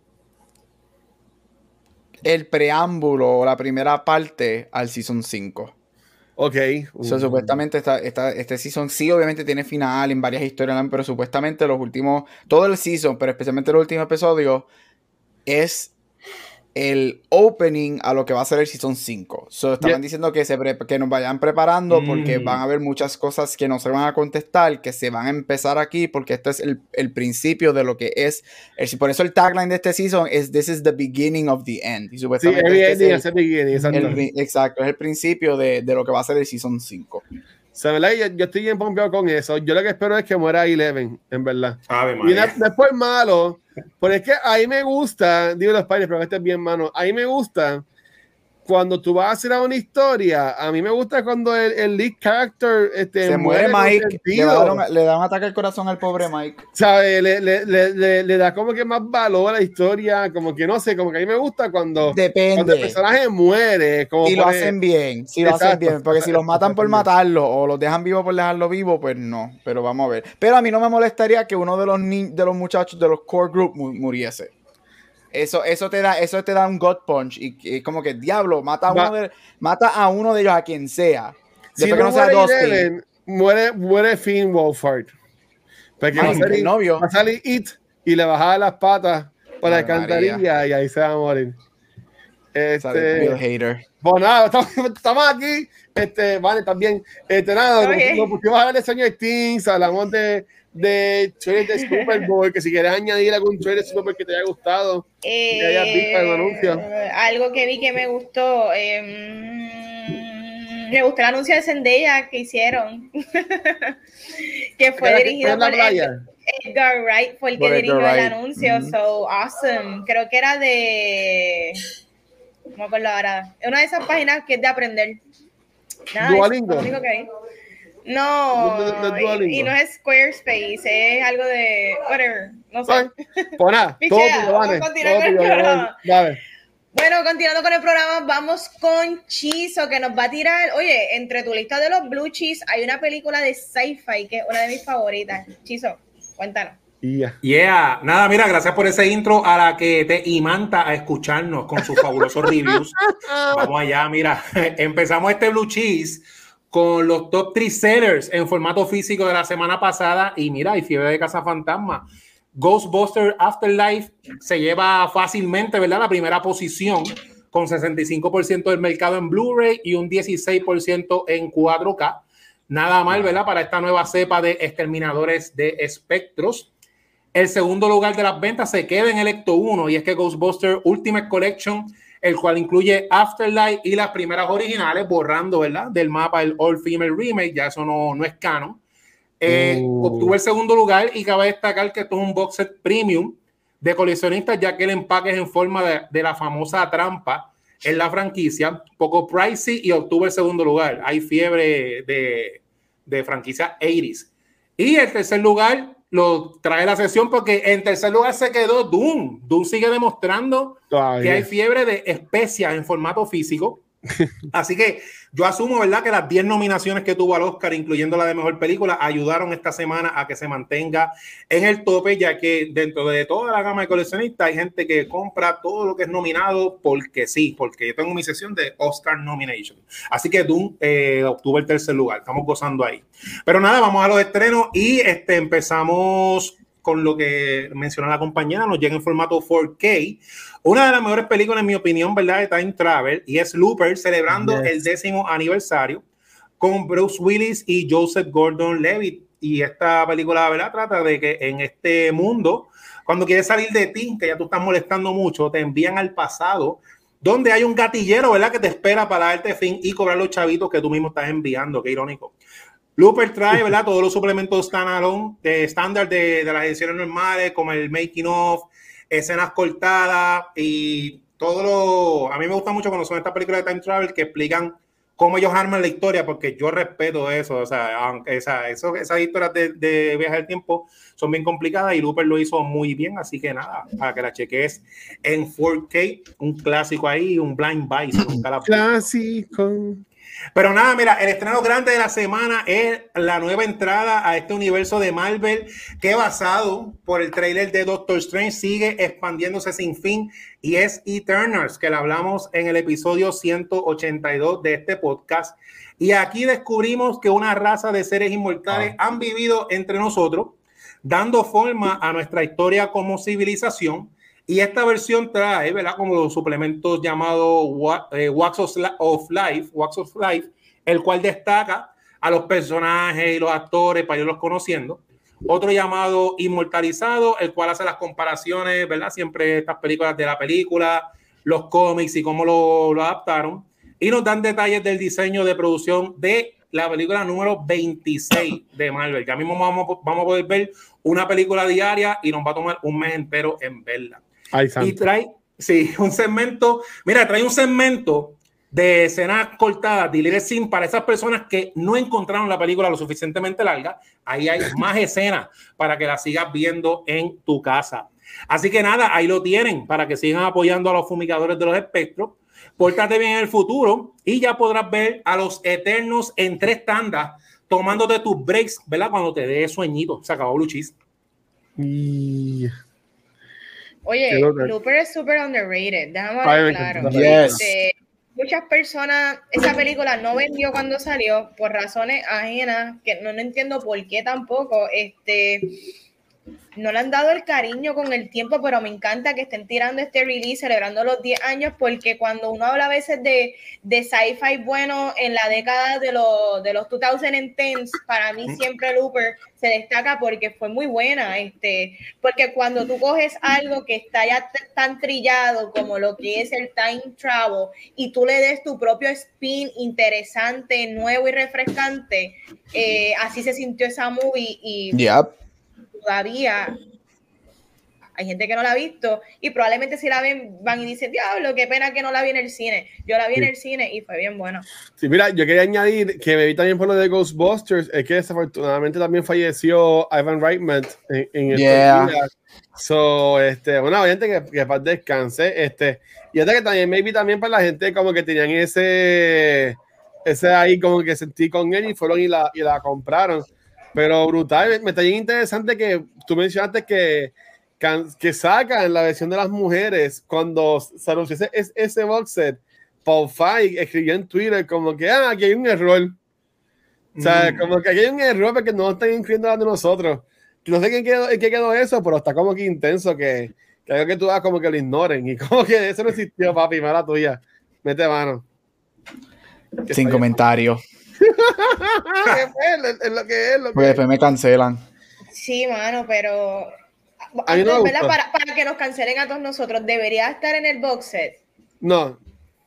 preámbulo o la primera parte al season 5. Ok. Supuestamente este season sí, obviamente tiene final en varias historias, pero supuestamente todo el season, pero especialmente el último episodio, es el opening a lo que va a ser el season 5. Estaban diciendo que nos vayan preparando porque van a haber muchas cosas que no se van a contestar, que se van a empezar aquí, porque este es el principio de lo que es. Por eso el tagline de este season es "This is the beginning of the end". Y supuestamente exacto, es el principio de lo que va a ser el season 5. Yo estoy bien pompeado con eso. Yo lo que espero es que muera Eleven, en verdad. Y después malo, porque es que ahí me gusta, digo los padres, pero que este es bien mano. Ahí me gusta cuando tú vas a hacer una historia. A mí me gusta cuando el lead character se muere Mike, le da un ataque al corazón al pobre Mike. ¿Sabes? Le da como que más valor a la historia, como que no sé, como que a mí me gusta cuando el personaje muere. Como lo hacen bien, lo hacen bien, porque si los matan por matarlo o los dejan vivo por dejarlo vivo, pues no, pero vamos a ver. Pero a mí no me molestaría que uno de los muchachos de los core group muriese. Eso te da un gut punch y como que diablo, mata a uno de ellos, a quien sea. Si no sea Eleven, muere Finn Wolfhard. Porque va a salir It y le baja las patas por la alcantarilla y ahí se va a morir. Bill Hader. Bueno, nada, estamos aquí. Vale, también. Nos pusimos a hablar de Stranger Things, hablamos de trailer de Super Bowl, que si quieres añadir algún trailer de Super Bowl que te haya gustado, que hayas visto el anuncio. Algo que vi que me gustó, me gustó el anuncio de Zendaya que hicieron, que fue dirigido por Edgar Wright, fue el que dirigió el anuncio, so awesome. Creo que era de, no me acuerdo ahora, una de esas páginas que es de aprender. Duolingo. Es lo único que hay. No, y no es Squarespace, es algo de whatever, no sé. Pues nada, Bueno, continuando con el programa, vamos con Chizo, que nos va a tirar, oye, entre tu lista de los Blue Cheese hay una película de sci-fi que es una de mis favoritas. Chizo, cuéntanos. Nada, mira, gracias por ese intro a la que te imanta a escucharnos con sus fabulosos reviews. Vamos allá, mira, empezamos este Blue Cheese con los top 3 sellers en formato físico de la semana pasada y mira, hay fiebre de cazafantasma. Ghostbusters Afterlife se lleva fácilmente, ¿verdad?, la primera posición con 65% del mercado en Blu-ray y un 16% en 4K. Nada mal, ¿verdad?, para esta nueva cepa de exterminadores de espectros. El segundo lugar de las ventas se queda en el Ecto 1 y es que Ghostbusters Ultimate Collection, el cual incluye Afterlife y las primeras originales, borrando, ¿verdad?, del mapa el All Female Remake, ya eso no es canon. Obtuvo el segundo lugar y cabe destacar que esto es un box set premium de coleccionistas, ya que el empaque es en forma de la famosa trampa en la franquicia, poco pricey, y obtuvo el segundo lugar. Hay fiebre de franquicia 80s. Y el tercer lugar lo trae la sesión porque en tercer lugar se quedó Doom. Doom sigue demostrando que hay fiebre de especias en formato físico. Así que yo asumo, ¿verdad?, que las 10 nominaciones que tuvo al Oscar, incluyendo la de mejor película, ayudaron esta semana a que se mantenga en el tope, ya que dentro de toda la gama de coleccionistas hay gente que compra todo lo que es nominado porque sí, porque yo tengo mi sesión de Oscar Nomination. Así que Doom obtuvo el tercer lugar, estamos gozando ahí. Pero nada, vamos a los estrenos y empezamos con lo que mencionó la compañera, nos llega en formato 4K. Una de las mejores películas, en mi opinión, ¿verdad?, de Time Travel, y es Looper, celebrando el 10º aniversario con Bruce Willis y Joseph Gordon-Levitt. Y esta película, ¿verdad?, trata de que en este mundo, cuando quieres salir de ti, que ya tú estás molestando mucho, te envían al pasado, donde hay un gatillero, ¿verdad?, que te espera para darte fin y cobrar los chavitos que tú mismo estás enviando. Qué irónico. Looper trae, ¿verdad?, todos los suplementos standalone, estándar de las ediciones normales, como el making of, escenas cortadas y todo lo... A mí me gusta mucho cuando son estas películas de Time Travel que explican cómo ellos arman la historia, porque yo respeto eso. O sea, aunque esas historias de viaje del tiempo son bien complicadas y Looper lo hizo muy bien. Así que nada, para que la cheques en 4K, un clásico ahí, un blind buy. Clásico. Pero nada, mira, el estreno grande de la semana es la nueva entrada a este universo de Marvel que, basado por el tráiler de Doctor Strange, sigue expandiéndose sin fin, y es Eternals, que le hablamos en el episodio 182 de este podcast. Y aquí descubrimos que una raza de seres inmortales han vivido entre nosotros, dando forma a nuestra historia como civilización. Y esta versión trae, ¿verdad?, como los suplementos llamados Wax of Life, el cual destaca a los personajes y los actores para irlos conociendo. Otro llamado Inmortalizado, el cual hace las comparaciones, ¿verdad?, siempre estas películas de la película, los cómics y cómo lo adaptaron. Y nos dan detalles del diseño de producción de la película número 26 de Marvel. Ya mismo vamos a poder ver una película diaria y nos va a tomar un mes entero en verla. Y trae, un segmento, trae un segmento de escenas cortadas, deleted scene, para esas personas que no encontraron la película lo suficientemente larga. Ahí hay más escenas para que la sigas viendo en tu casa. Así que nada, ahí lo tienen, para que sigan apoyando a los fumigadores de los espectros. Pórtate bien en el futuro y ya podrás ver a los Eternos en 3 tandas, tomándote tus breaks, ¿verdad?, cuando te dé sueñito. Se acabó Blue Cheese. Oye, Looper es súper underrated, déjame hablar claro. Yes. Muchas personas, esa película no vendió cuando salió por razones ajenas, que no entiendo por qué tampoco, no le han dado el cariño con el tiempo, pero me encanta que estén tirando este release celebrando los 10 años, porque cuando uno habla a veces de sci-fi bueno en la década de los 2010s, para mí siempre Looper se destaca porque fue muy buena, porque cuando tú coges algo que está ya tan trillado como lo que es el time travel y tú le des tu propio spin interesante, nuevo y refrescante, así se sintió esa movie y todavía hay gente que no la ha visto y probablemente si la ven van y dicen, diablo, qué pena que no la vi en el cine. Yo la vi en el cine y fue bien buena. Sí, mira, yo quería añadir que me vi también por lo de Ghostbusters, es que desafortunadamente también falleció Ivan Reitman en estos días. So, bueno, gente que paz descanse. Y hasta que también me vi también para la gente como que tenían ese ahí como que sentí con él y fueron y la compraron. Pero brutal, me está bien interesante que tú mencionaste que sacan la versión de las mujeres cuando se anunció ese box set. Paul Feig escribió en Twitter como que aquí hay un error. O sea, como que aquí hay un error porque no están incluyendo las de nosotros. No sé en qué quedó eso, pero está como que intenso que algo que tú hagas como que lo ignoren y como que eso no existió, papi, mala tuya. Mete mano. Sin comentario. Es lo que es. Pues después me cancelan. Sí, mano, pero ¿verdad? Para que nos cancelen a todos nosotros, ¿debería estar en el box set? No.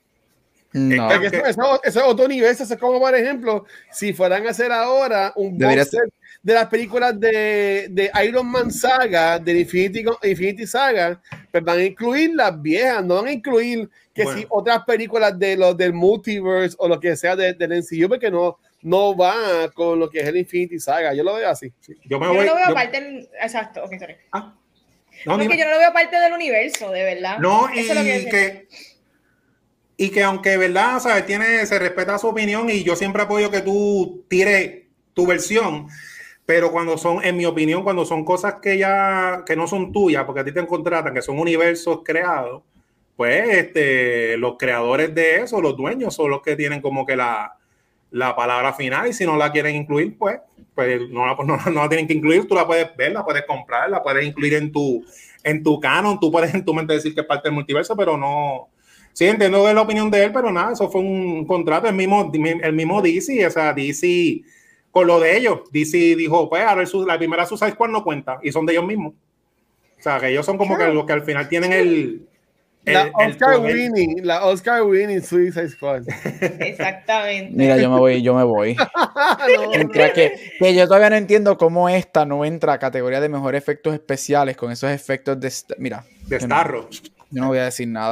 Eso es otro nivel. Eso es como, por ejemplo, si fueran a hacer ahora un box set de las películas de Iron Man Saga, de Infinity Saga, pues van a incluir las viejas, no van a incluir si otras películas del multiverse o lo que sea del MCU, porque no no va con lo que es el Infinity Saga. Yo lo veo así. Yo no lo veo parte exacto, ok, sorry. No, porque yo no lo veo parte del universo, de verdad. No, eso es lo y que aunque, ¿verdad? O sea, se respeta su opinión y yo siempre apoyo que tú tires tu versión, pero cuando son, en mi opinión, cuando son cosas que no son tuyas, porque a ti te contratan, que son universos creados, pues los creadores de eso, los dueños, son los que tienen como que la palabra final, y si no la quieren incluir, pues no la tienen que incluir. Tú la puedes ver, la puedes comprar, la puedes incluir en tu canon, tú puedes en tu mente decir que es parte del multiverso, pero no. Sí, entiendo de la opinión de él, pero nada, eso fue un contrato. El mismo DC, o sea, DC, con lo de ellos, DC dijo, pues ahora la primera Suicide Squad no cuenta, y son de ellos mismos. O sea, que ellos son como que los que al final tienen la Oscar winning Suicide Squad. Exactamente. Mira, yo me voy. Mientras que yo todavía no entiendo cómo esta no entra a categoría de mejor efectos especiales con esos efectos de Starro. Yo no voy a decir nada.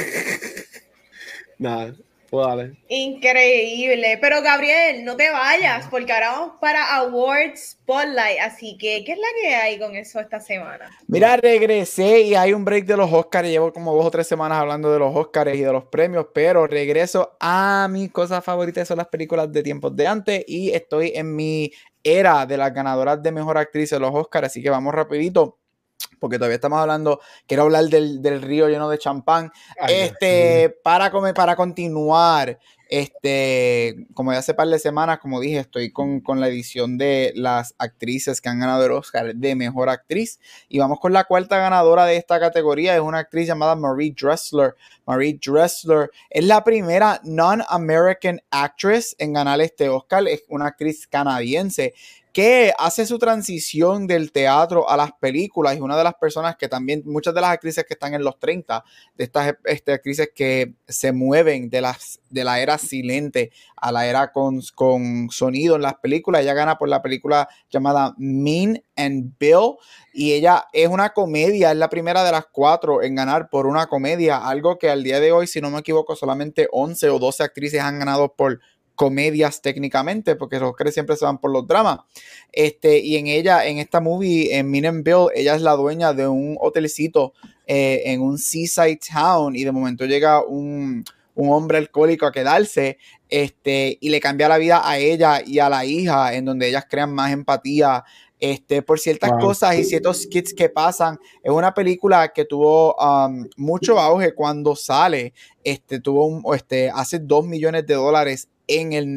Nada. Vale. Increíble, pero Gabriel, no te vayas porque ahora vamos para Awards Spotlight, así que ¿qué es la que hay con eso esta semana? Mira, regresé y hay un break de los Oscars, llevo como 2 o 3 semanas hablando de los Oscars y de los premios, pero regreso a mis cosas favoritas, son las películas de tiempos de antes, y estoy en mi era de las ganadoras de mejor actriz de los Oscars, así que vamos rapidito, porque todavía estamos hablando, quiero hablar del río lleno de champán. Para continuar, como ya hace par de semanas, como dije, estoy con la edición de las actrices que han ganado el Oscar de mejor actriz, y vamos con la cuarta ganadora de esta categoría. Es una actriz llamada Marie Dressler. Marie Dressler es la primera non-American actress en ganar este Oscar. Es una actriz canadiense que hace su transición del teatro a las películas, y una de las personas que también, muchas de las actrices que están en los 30, de estas actrices que se mueven de la era silente a la era con sonido en las películas. Ella gana por la película llamada Mean and Bill, y ella es una comedia, es la primera de las 4 en ganar por una comedia, algo que al día de hoy, si no me equivoco, solamente 11 o 12 actrices han ganado por comedias técnicamente, porque los Oscars siempre se van por los dramas. Y en esta movie, en Mean and Bill, ella es la dueña de un hotelcito en un seaside town, y de momento llega un hombre alcohólico a quedarse, y le cambia la vida a ella y a la hija, en donde ellas crean más empatía por ciertas cosas y ciertos skits que pasan. Es una película que tuvo mucho auge cuando sale. Hace $2 millones en el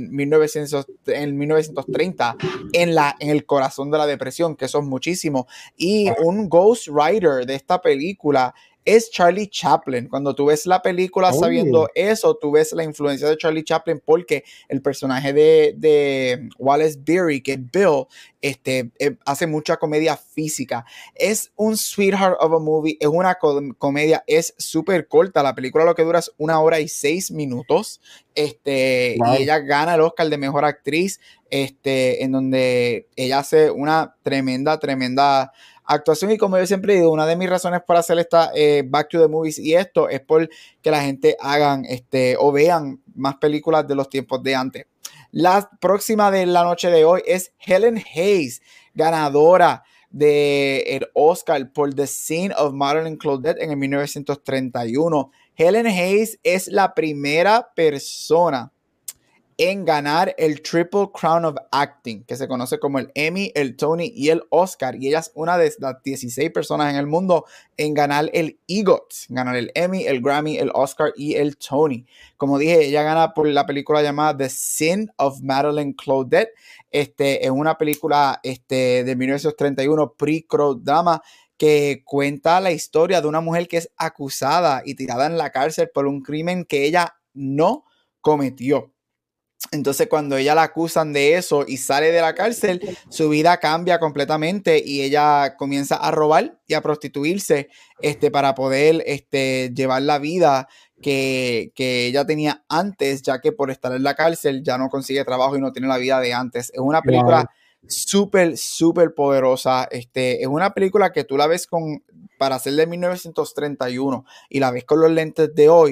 1930 en el corazón de la depresión, que eso es muchísimo. Y un ghostwriter de esta película es Charlie Chaplin. Cuando tú ves la película sabiendo eso, tú ves la influencia de Charlie Chaplin, porque el personaje de Wallace Beery, que es Bill, hace mucha comedia física. Es un sweetheart of a movie, es una comedia, es súper corta. La película lo que dura es 1 hora y 6 minutos. Y ella gana el Oscar de mejor actriz, en donde ella hace una tremenda actuación. Y como yo siempre digo, una de mis razones para hacer esta Back to the Movies y esto es por que la gente hagan o vean más películas de los tiempos de antes. La próxima de la noche de hoy es Helen Hayes, ganadora del Oscar por The Scene of Madeline Claudette en el 1931. Helen Hayes es la primera persona en ganar el Triple Crown of Acting, que se conoce como el Emmy, el Tony y el Oscar, y ella es una de las 16 personas en el mundo en ganar el EGOT, ganar el Emmy, el Grammy, el Oscar y el Tony. Como dije, ella gana por la película llamada The Sin of Madeline Claudette. Es una película de 1931, pre-Crow-drama, que cuenta la historia de una mujer que es acusada y tirada en la cárcel por un crimen que ella no cometió. Entonces, cuando ella la acusan de eso y sale de la cárcel, su vida cambia completamente y ella comienza a robar y a prostituirse para poder llevar la vida que ella tenía antes, ya que por estar en la cárcel ya no consigue trabajo y no tiene la vida de antes. Es una película súper poderosa. Es una película que tú la ves para ser de 1931 y la ves con los lentes de hoy.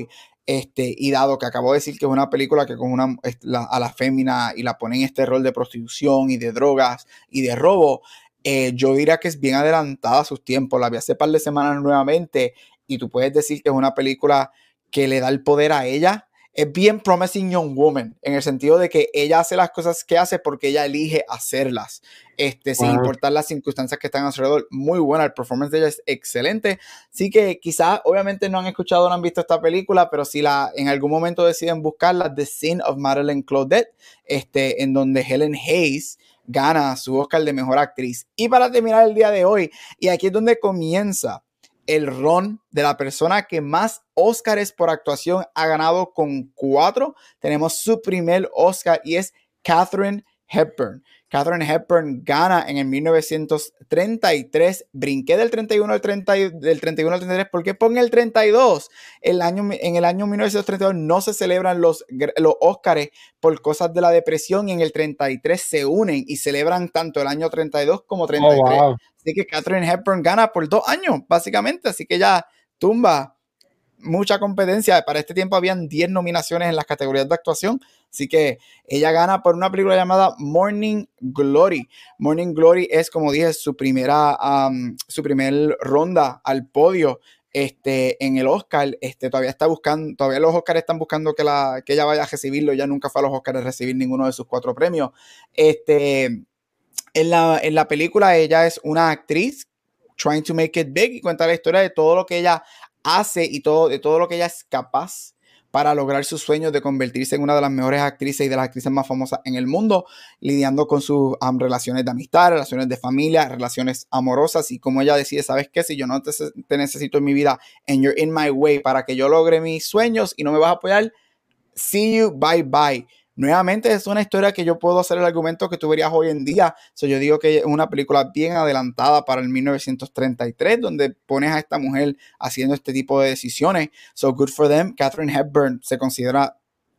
y dado que acabo de decir que es una película que con a la fémina y la pone en este rol de prostitución y de drogas y de robo, yo diría que es bien adelantada a sus tiempos. La vi hace par de semanas nuevamente y tú puedes decir que es una película que le da el poder a ella. Es bien Promising Young Woman, en el sentido de que ella hace las cosas que hace porque ella elige hacerlas, sin importar las circunstancias que están a su alrededor. Muy buena, el performance de ella es excelente. Así que quizás, obviamente no han escuchado o no han visto esta película, pero si en algún momento deciden buscarla, The Sin of Madeleine Claudette, en donde Helen Hayes gana su Oscar de Mejor Actriz. Y para terminar el día de hoy, y aquí es donde comienza el run de la persona que más Óscares por actuación ha ganado, con 4. Tenemos su primer Oscar y es Katharine Hepburn. Katharine Hepburn gana en el 1933. Brinqué del 31 al 33 porque pongo el 32. En el año 1932 no se celebran los Óscares por cosas de la depresión, y en el 33 se unen y celebran tanto el año 32 como 33. Oh, wow. Así que Katharine Hepburn gana por 2 años, básicamente. Así que ya tumba mucha competencia. Para este tiempo habían 10 nominaciones en las categorías de actuación. Así que ella gana por una película llamada Morning Glory. Morning Glory es, como dije, su primer ronda al podio en el Oscar. Todavía los Oscars están buscando que ella vaya a recibirlo. Ella nunca fue a los Oscars a recibir ninguno de sus 4 premios. En la película ella es una actriz trying to make it big y cuenta la historia de todo lo que ella hace y de todo lo que ella es capaz para lograr sus sueños de convertirse en una de las mejores actrices y de las actrices más famosas en el mundo, lidiando con sus relaciones de amistad, relaciones de familia, relaciones amorosas, y como ella decide, ¿sabes qué? Si yo no te necesito en mi vida and you're in my way para que yo logre mis sueños y no me vas a apoyar, see you, bye bye. Nuevamente es una historia que yo puedo hacer el argumento que tú verías hoy en día. Yo digo que es una película bien adelantada para el 1933, donde pones a esta mujer haciendo este tipo de decisiones. So good for them. Katharine Hepburn se considera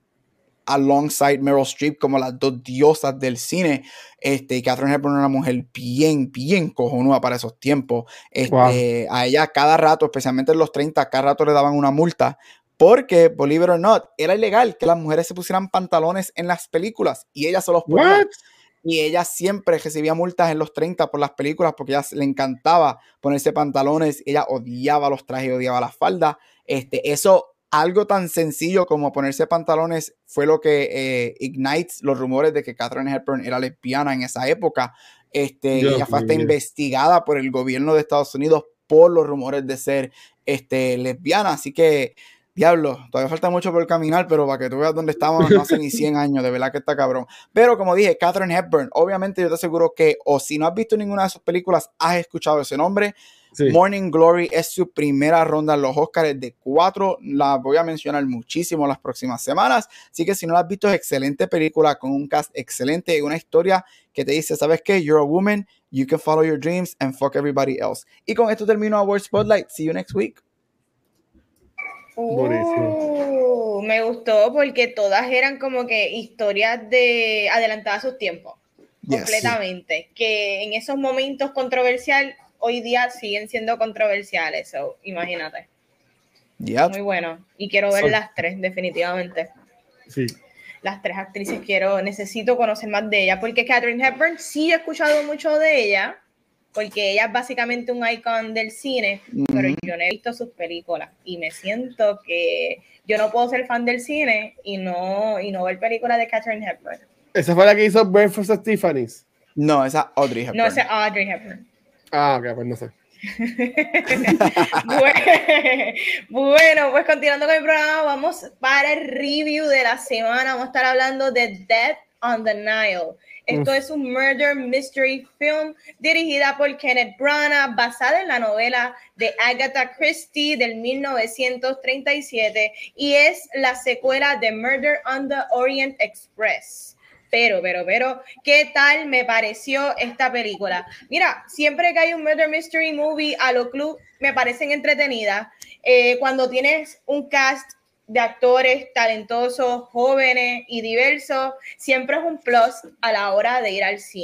alongside Meryl Streep como las 2 diosas del cine. Y Katharine Hepburn es una mujer bien cojonuda para esos tiempos. Wow. A ella cada rato, especialmente en los 30, cada rato le daban una multa. Porque, believe it or not, era ilegal que las mujeres se pusieran pantalones en las películas y ella se los ponía. What? Y ella siempre recibía multas en los 30 por las películas porque a ella le encantaba ponerse pantalones. Ella odiaba los trajes, odiaba las faldas. Eso, algo tan sencillo como ponerse pantalones, fue lo que ignites los rumores de que Katharine Hepburn era lesbiana en esa época. Ella fue hasta investigada por el gobierno de Estados Unidos por los rumores de ser lesbiana. Así que, diablo, todavía falta mucho por caminar, pero para que tú veas dónde estábamos no hace ni 100 años, de verdad que está cabrón. Pero como dije, Katharine Hepburn, obviamente yo te aseguro que, o si no has visto ninguna de sus películas, has escuchado ese nombre. Sí. Morning Glory es su primera ronda en los Oscars de 4. La voy a mencionar muchísimo las próximas semanas. Así que si no la has visto, es excelente película con un cast excelente y una historia que te dice, ¿sabes qué? You're a woman, you can follow your dreams and fuck everybody else. Y con esto termino Award Spotlight. See you next week. Me gustó porque todas eran como que historias adelantadas a sus tiempos. Yes, completamente. Sí. Que en esos momentos controversiales, hoy día siguen siendo controversiales. So, imagínate. Yep. Muy bueno. Y quiero ver las 3, definitivamente. Sí. Las 3 actrices necesito conocer más de ellas. Porque Katharine Hepburn sí he escuchado mucho de ella. Porque ella es básicamente un icon del cine, pero yo no he visto sus películas y me siento que yo no puedo ser fan del cine y no ver películas de Katharine Hepburn. ¿Esa fue la que hizo Breakfast at Tiffany's? No, esa es Audrey Hepburn. No, esa es Audrey Hepburn. Ah, ok, pues no sé. Bueno, pues continuando con el programa, vamos para el review de la semana. Vamos a estar hablando de Death on the Nile. Esto es un murder mystery film dirigida por Kenneth Branagh, basada en la novela de Agatha Christie del 1937 y es la secuela de Murder on the Orient Express. Pero, ¿qué tal me pareció esta película? Mira, siempre que hay un murder mystery movie a lo club, me parecen entretenidas. Cuando tienes un cast de actores talentosos, jóvenes y diversos, siempre es un plus a la hora de ir al cine.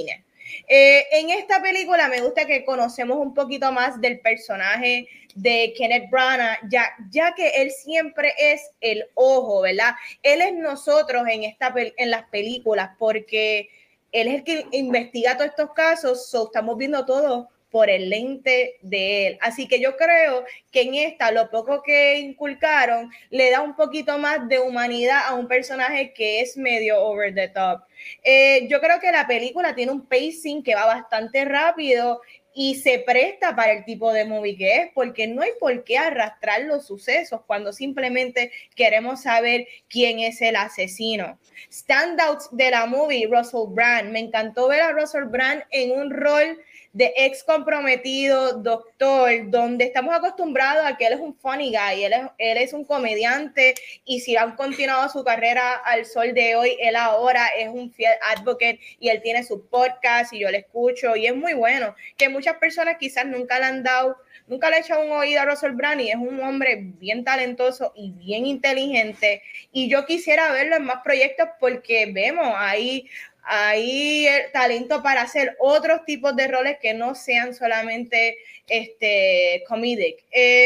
En esta película me gusta que conocemos un poquito más del personaje de Kenneth Branagh, ya que él siempre es el ojo, ¿verdad? Él es nosotros en las películas, porque él es el que investiga todos estos casos, estamos viendo todo por el lente de él. Así que yo creo que en esta, lo poco que inculcaron, le da un poquito más de humanidad a un personaje que es medio over the top. Yo creo que la película tiene un pacing que va bastante rápido y se presta para el tipo de movie que es, porque no hay por qué arrastrar los sucesos cuando simplemente queremos saber quién es el asesino. Standouts de la movie, Russell Brand. Me encantó ver a Russell Brand en un rol de ex comprometido doctor, donde estamos acostumbrados a que él es un funny guy, él es un comediante, y si han continuado su carrera al sol de hoy, él ahora es un fiel advocate y él tiene su podcast y yo le escucho y es muy bueno, que muchas personas quizás nunca le han echado un oído a Russell Brand, y es un hombre bien talentoso y bien inteligente, y yo quisiera verlo en más proyectos porque vemos ahí el talento para hacer otros tipos de roles que no sean solamente comedic.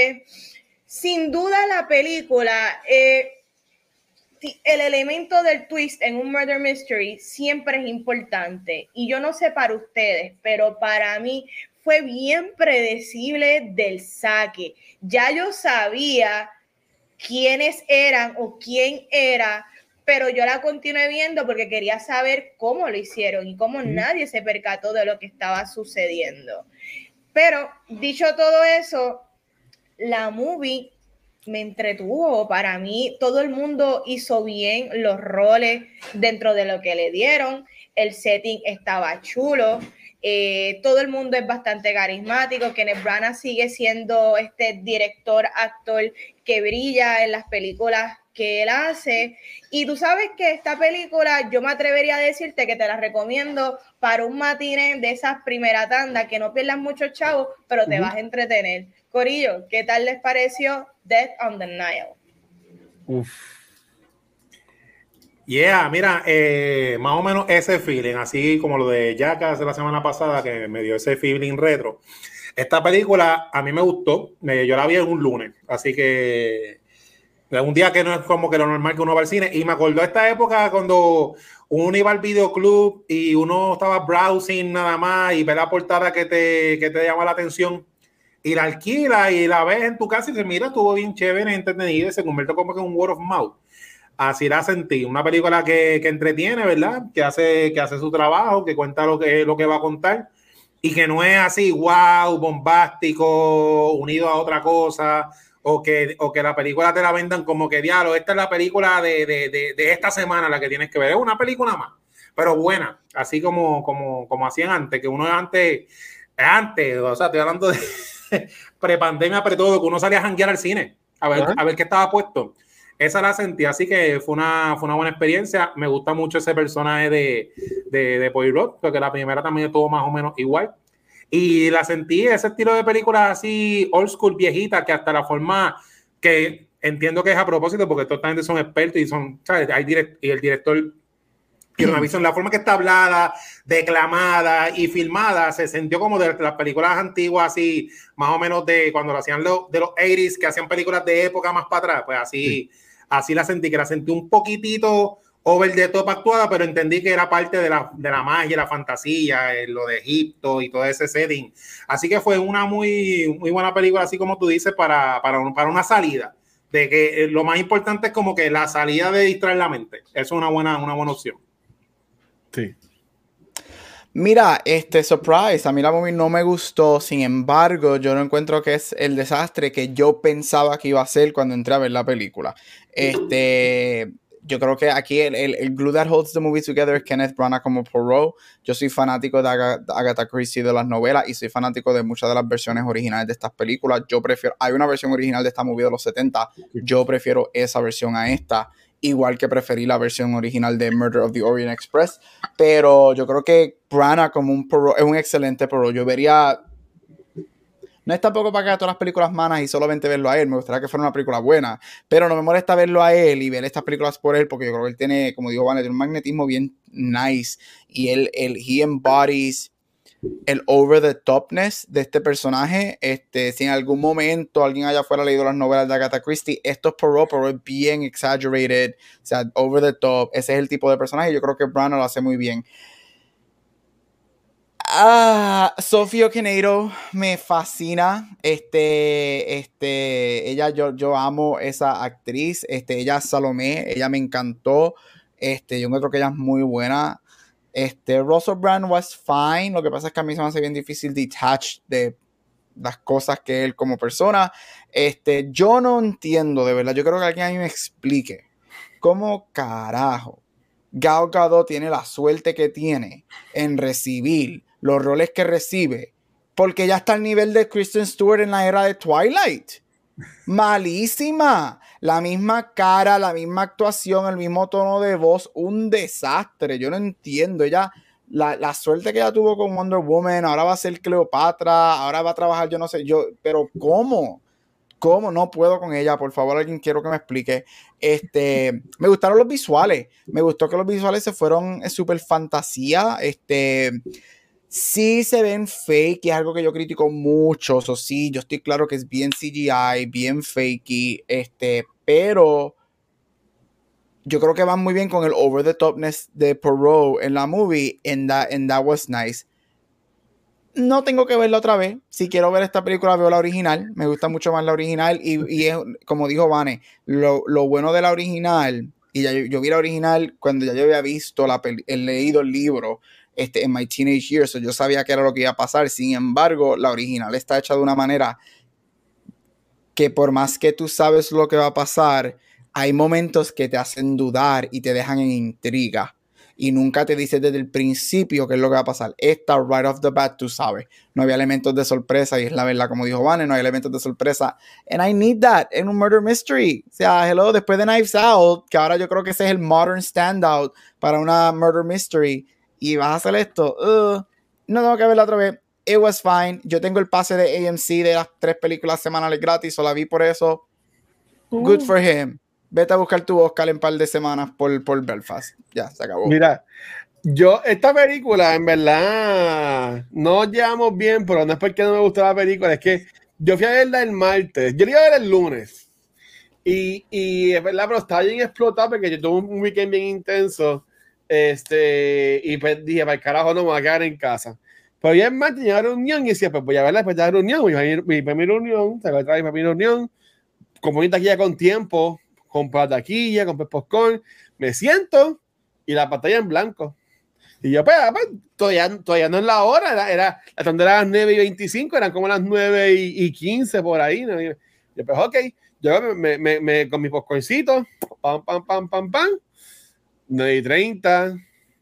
Sin duda la película, el elemento del twist en un murder mystery siempre es importante, y yo no sé para ustedes, pero para mí fue bien predecible del saque. Ya yo sabía quiénes eran o quién era, pero yo la continué viendo porque quería saber cómo lo hicieron y cómo nadie se percató de lo que estaba sucediendo. Pero dicho todo eso, la movie me entretuvo. Para mí todo el mundo hizo bien los roles dentro de lo que le dieron, el setting estaba chulo, todo el mundo es bastante carismático. Kenneth Branagh sigue siendo este director, actor que brilla en las películas que él hace, y tú sabes que esta película yo me atrevería a decirte que te la recomiendo para un matiné de esas primera tanda, que no pierdas mucho chavo, pero te vas a entretener. Corillo, ¿qué tal les pareció Death on the Nile? Yeah, mira, más o menos ese feeling, así como lo de Jackass de la semana pasada, que me dio ese feeling retro. Esta película a mí me gustó, yo la vi en un lunes, así que un día que no es como que lo normal que uno va al cine, y me acordó esta época cuando uno iba al videoclub y uno estaba browsing nada más y ve la portada que te llama la atención y la alquila y la ves en tu casa y dices, mira, estuvo bien chévere, entretenida, y se convierte como que en un word of mouth. Así la sentí, una película que entretiene, ¿verdad? Que hace su trabajo, que cuenta lo que va a contar, y que no es así, wow, bombástico, unido a otra cosa, o que la película te la vendan como que, diablo, esta es la película de esta semana la que tienes que ver. Es una película más, pero buena, así como hacían antes, que uno antes, o sea, estoy hablando de prepandemia, pre todo, que uno salía a janguear al cine, a ver qué estaba puesto. Esa la sentí, así que fue una buena experiencia. Me gusta mucho ese personaje de Poirot, porque la primera también estuvo más o menos igual. Y la sentí, ese estilo de películas así old school, viejita, que hasta la forma que entiendo que es a propósito, porque totalmente son expertos y son, ¿sabes? Y el director tiene una visión, la forma que está hablada, declamada y filmada, se sintió como de las películas antiguas, así, más o menos de cuando lo hacían de los 80s, que hacían películas de época más para atrás, pues así, así la sentí, que la sentí un poquitito over the top actuada, pero entendí que era parte de la magia, la fantasía, lo de Egipto y todo ese setting. Así que fue una muy, muy buena película, así como tú dices, para una salida. De que lo más importante es como que la salida de distraer la mente. Eso es una buena opción. Sí. Mira, surprise, a mí la movie no me gustó, sin embargo, yo no encuentro que es el desastre que yo pensaba que iba a ser cuando entré a ver la película. Yo creo que aquí el glue that holds the movie together es Kenneth Branagh como Poirot. Yo soy fanático de Agatha Christie, de las novelas, y soy fanático de muchas de las versiones originales de estas películas. Hay una versión original de esta movie de los 70, yo prefiero esa versión a esta, igual que preferí la versión original de Murder of the Orient Express, pero yo creo que Branagh como un Poirot es un excelente Poirot. Yo vería, no es tampoco para que haga todas las películas malas y solamente verlo a él, me gustaría que fuera una película buena, pero no me molesta verlo a él y ver estas películas por él, porque yo creo que él tiene, como digo, tiene un magnetismo bien nice, y he embodies el over the topness de este personaje. Si en algún momento alguien allá afuera ha leído las novelas de Agatha Christie, esto es Poirot, pero es bien exaggerated, o sea, over the top. Ese es el tipo de personaje. Yo creo que Branagh lo hace muy bien. Sophie Okonedo me fascina. Ella, yo amo esa actriz. Ella es Salomé, ella me encantó. Yo creo que ella es muy buena. Russell Brand was fine. Lo que pasa es que a mí se me hace bien difícil detach de las cosas que él como persona. Yo no entiendo, de verdad. Yo creo que alguien a mí me explique cómo carajo Gal Gadot tiene la suerte que tiene en recibir los roles que recibe, porque ya está al nivel de Kristen Stewart en la era de Twilight. Malísima. La misma cara, la misma actuación, el mismo tono de voz, un desastre. Yo no entiendo. Ella, la suerte que ella tuvo con Wonder Woman, ahora va a ser Cleopatra, ahora va a trabajar, yo no sé, pero ¿cómo? ¿Cómo? No puedo con ella. Por favor, alguien quiero que me explique. Me gustaron los visuales. Me gustó que los visuales se fueron súper fantasía. Sí se ven fake, y es algo que yo critico mucho. O sí, yo estoy claro que es bien CGI, bien fakey, pero yo creo que van muy bien con el over the topness de Poirot en la movie, and that was nice. No tengo que verla otra vez. Si quiero ver esta película, veo la original. Me gusta mucho más la original. Y es, como dijo Vane, lo bueno de la original, y ya yo vi la original cuando ya yo había visto leído el libro en my teenage years, so yo sabía que era lo que iba a pasar. Sin embargo, la original está hecha de una manera que por más que tú sabes lo que va a pasar, hay momentos que te hacen dudar y te dejan en intriga. Y nunca te dice desde el principio qué es lo que va a pasar. Esta, right off the bat, tú sabes. No había elementos de sorpresa, y es la verdad, como dijo Vane, no hay elementos de sorpresa. And I need that en un murder mystery. O sea, hello, después de Knives Out, que ahora yo creo que ese es el modern standout para una murder mystery, y vas a hacer esto, no tengo que verla otra vez. It was fine. Yo tengo el pase de AMC de las 3 películas semanales gratis, o la vi por eso. Good for him. Vete a buscar tu Oscar en un par de semanas por Belfast. Ya, se acabó. Mira, esta película, en verdad, no llevamos bien, pero no es porque no me gustó la película, es que yo fui a verla el martes, yo la iba a ver el lunes, y es verdad, pero estaba bien explotado porque yo tuve un weekend bien intenso, y pues dije, para el carajo, no me voy a quedar en casa. Pero ya el martes llegó a la reunión y decía, pues voy a verla después de la reunión, voy a ir para mi reunión, se va a traer para mi reunión, como ahorita aquí ya con tiempo, compro la taquilla, compré popcorn, me siento y la pantalla en blanco. Y yo, pues, todavía no es la hora, la tanda era las 9:25, eran como las 9:15 por ahí, ¿no? Yo, pues, ok, yo con mi popcorncito, pam, 9:30,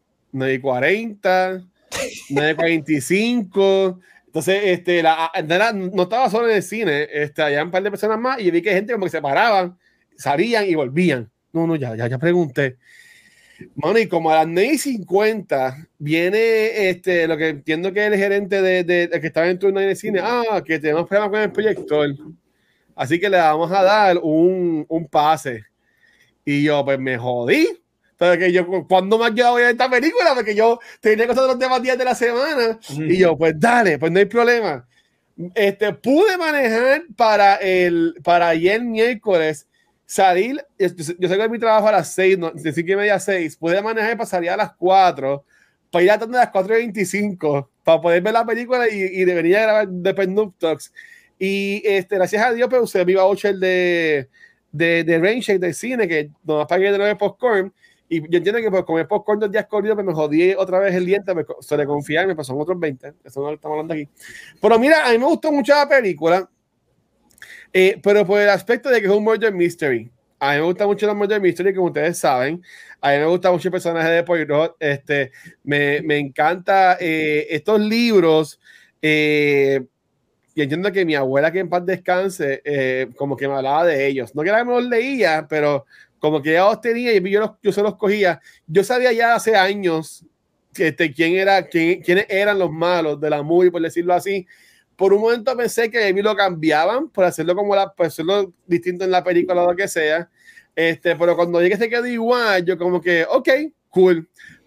9:40, 9:45. Entonces, no estaba solo en el cine, había un par de personas más, y vi que gente como que se paraban, salían y volvían. No, ya pregunté. Mano, y como a las 9:50 viene lo que entiendo que es el gerente de que estaba en turno en el cine, que tenemos problemas con el proyector, así que le vamos a dar un pase. Y yo, pues me jodí. Que yo, ¿cuándo más yo voy a ver esta película? Porque yo tenía cosas de los demás días de la semana. Y yo, pues dale, pues no hay problema. Pude manejar para ayer miércoles salir. Yo salgo de mi trabajo a las 6, no, de 5:30 a 6. Pude manejar para salir a las 4, para ir a las 4:25, para poder ver la película y de venir a grabar después Noob Talks. Y gracias a Dios, pues usé mi voucher de Rainshake del cine, que no pagué de nuevo popcorn. Y yo entiendo que pues comer popcorn 2 días corridos, pues me jodí otra vez el diente, me suele confiar, me pasó otros 20. Eso no lo estamos hablando aquí. Pero mira, a mí me gustó mucho la película, pero por el aspecto de que es un murder mystery. A mí me gusta mucho los murder mystery, como ustedes saben. A mí me gusta mucho el personaje de Poirot. Me encanta estos libros. Y entiendo que mi abuela, que en paz descanse, como que me hablaba de ellos. No que me los leía, pero como que ya los tenía y yo se los cogía. Yo sabía ya hace años quiénes eran los malos de la movie, por decirlo así. Por un momento pensé que lo cambiaban por hacerlo por hacerlo distinto en la película o lo que sea. Pero cuando llegué se quedó igual, yo como que, ok, cool.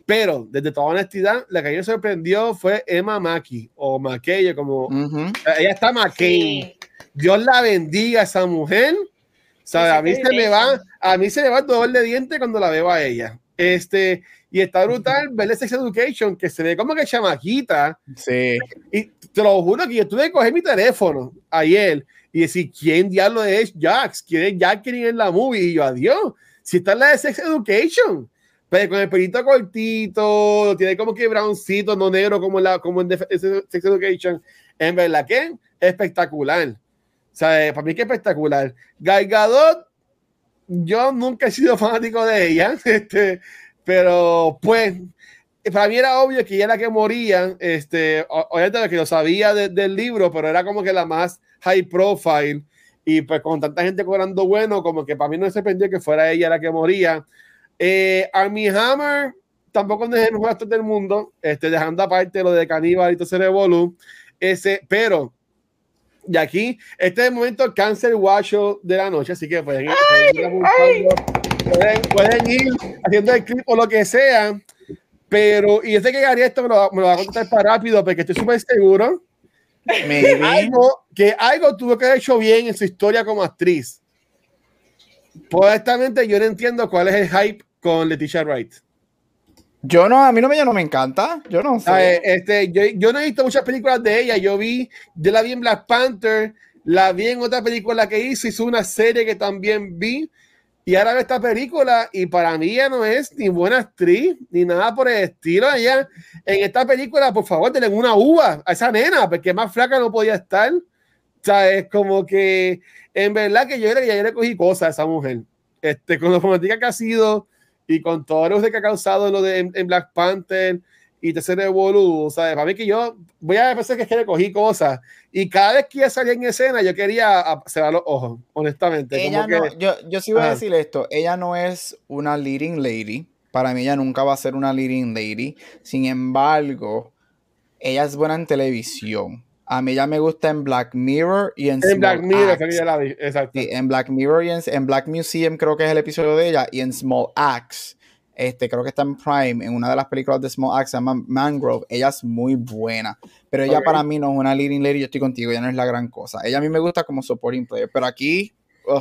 Pero, desde toda honestidad, la que a mí me sorprendió fue Emma Mackey, o McKay, como... Ella está McCain. Sí. Dios la bendiga a esa mujer. ¿Sabe? A mí se me va el dolor de diente cuando la veo a ella. Y está brutal verle Sex Education, que se ve como que chamaquita. Sí. Y te lo juro que yo tuve que coger mi teléfono ayer y decir, ¿quién diablo es Jax? ¿Quién es Jacqueline en la movie? Y yo, adiós, si está en la de Sex Education. Pero con el pelito cortito, tiene como que browncito, no negro como en Sex Education. En verdad que espectacular. O sea, para mí que espectacular. Gal Gadot, yo nunca he sido fanático de ella, pero pues para mí era obvio que ella era la que moría, obviamente que lo sabía del libro, pero era como que la más high profile, y pues con tanta gente cobrando bueno, como que para mí no me sorprendió que fuera ella la que moría. Armie Hammer tampoco no es el mejor actor del mundo, dejando aparte lo de Caníbal y todo ese revolú, pero y aquí, este es el momento Cancel Watch de la noche, así que pueden ir haciendo el clip o lo que sea. Pero, y que Gary esto me lo va a contestar para rápido, porque estoy súper seguro que algo tuvo que haber hecho bien en su historia como actriz. Honestamente, yo no entiendo cuál es el hype con Letitia Wright. A mí no me encanta. Yo no sé. Yo no he visto muchas películas de ella. Yo la vi en Black Panther, la vi en otra película que hizo una serie que también vi, y ahora ve esta película, y para mí ella no es ni buena actriz, ni nada por el estilo. Ella, en esta película, por favor, denle una uva a esa nena, porque más flaca no podía estar. O sea, es como que, en verdad que yo creo que ya le cogí cosas a esa mujer. Con lo fanática que ha sido, y con todo lo que ha causado lo de en Black Panther y tercer Evolu, ¿sabes? Para mí que yo voy a pensar que es que le cogí cosas, y cada vez que ella salía en escena yo quería cerrar los ojos, honestamente. Ella como no, yo sí voy a decir esto, ella no es una leading lady, para mí ella nunca va a ser una leading lady, sin embargo, ella es buena en televisión. A mí ya me gusta en Black Mirror y en Black Mirror, que ya la vi, exacto. Sí, en Black Mirror y en Black Museum creo que es el episodio de ella, y en Small Axe, creo que está en Prime, en una de las películas de Small Axe, se llama Mangrove. Ella es muy buena, pero ella para mí no es una leading lady. Yo estoy contigo, ella no es la gran cosa. Ella a mí me gusta como supporting player, pero aquí,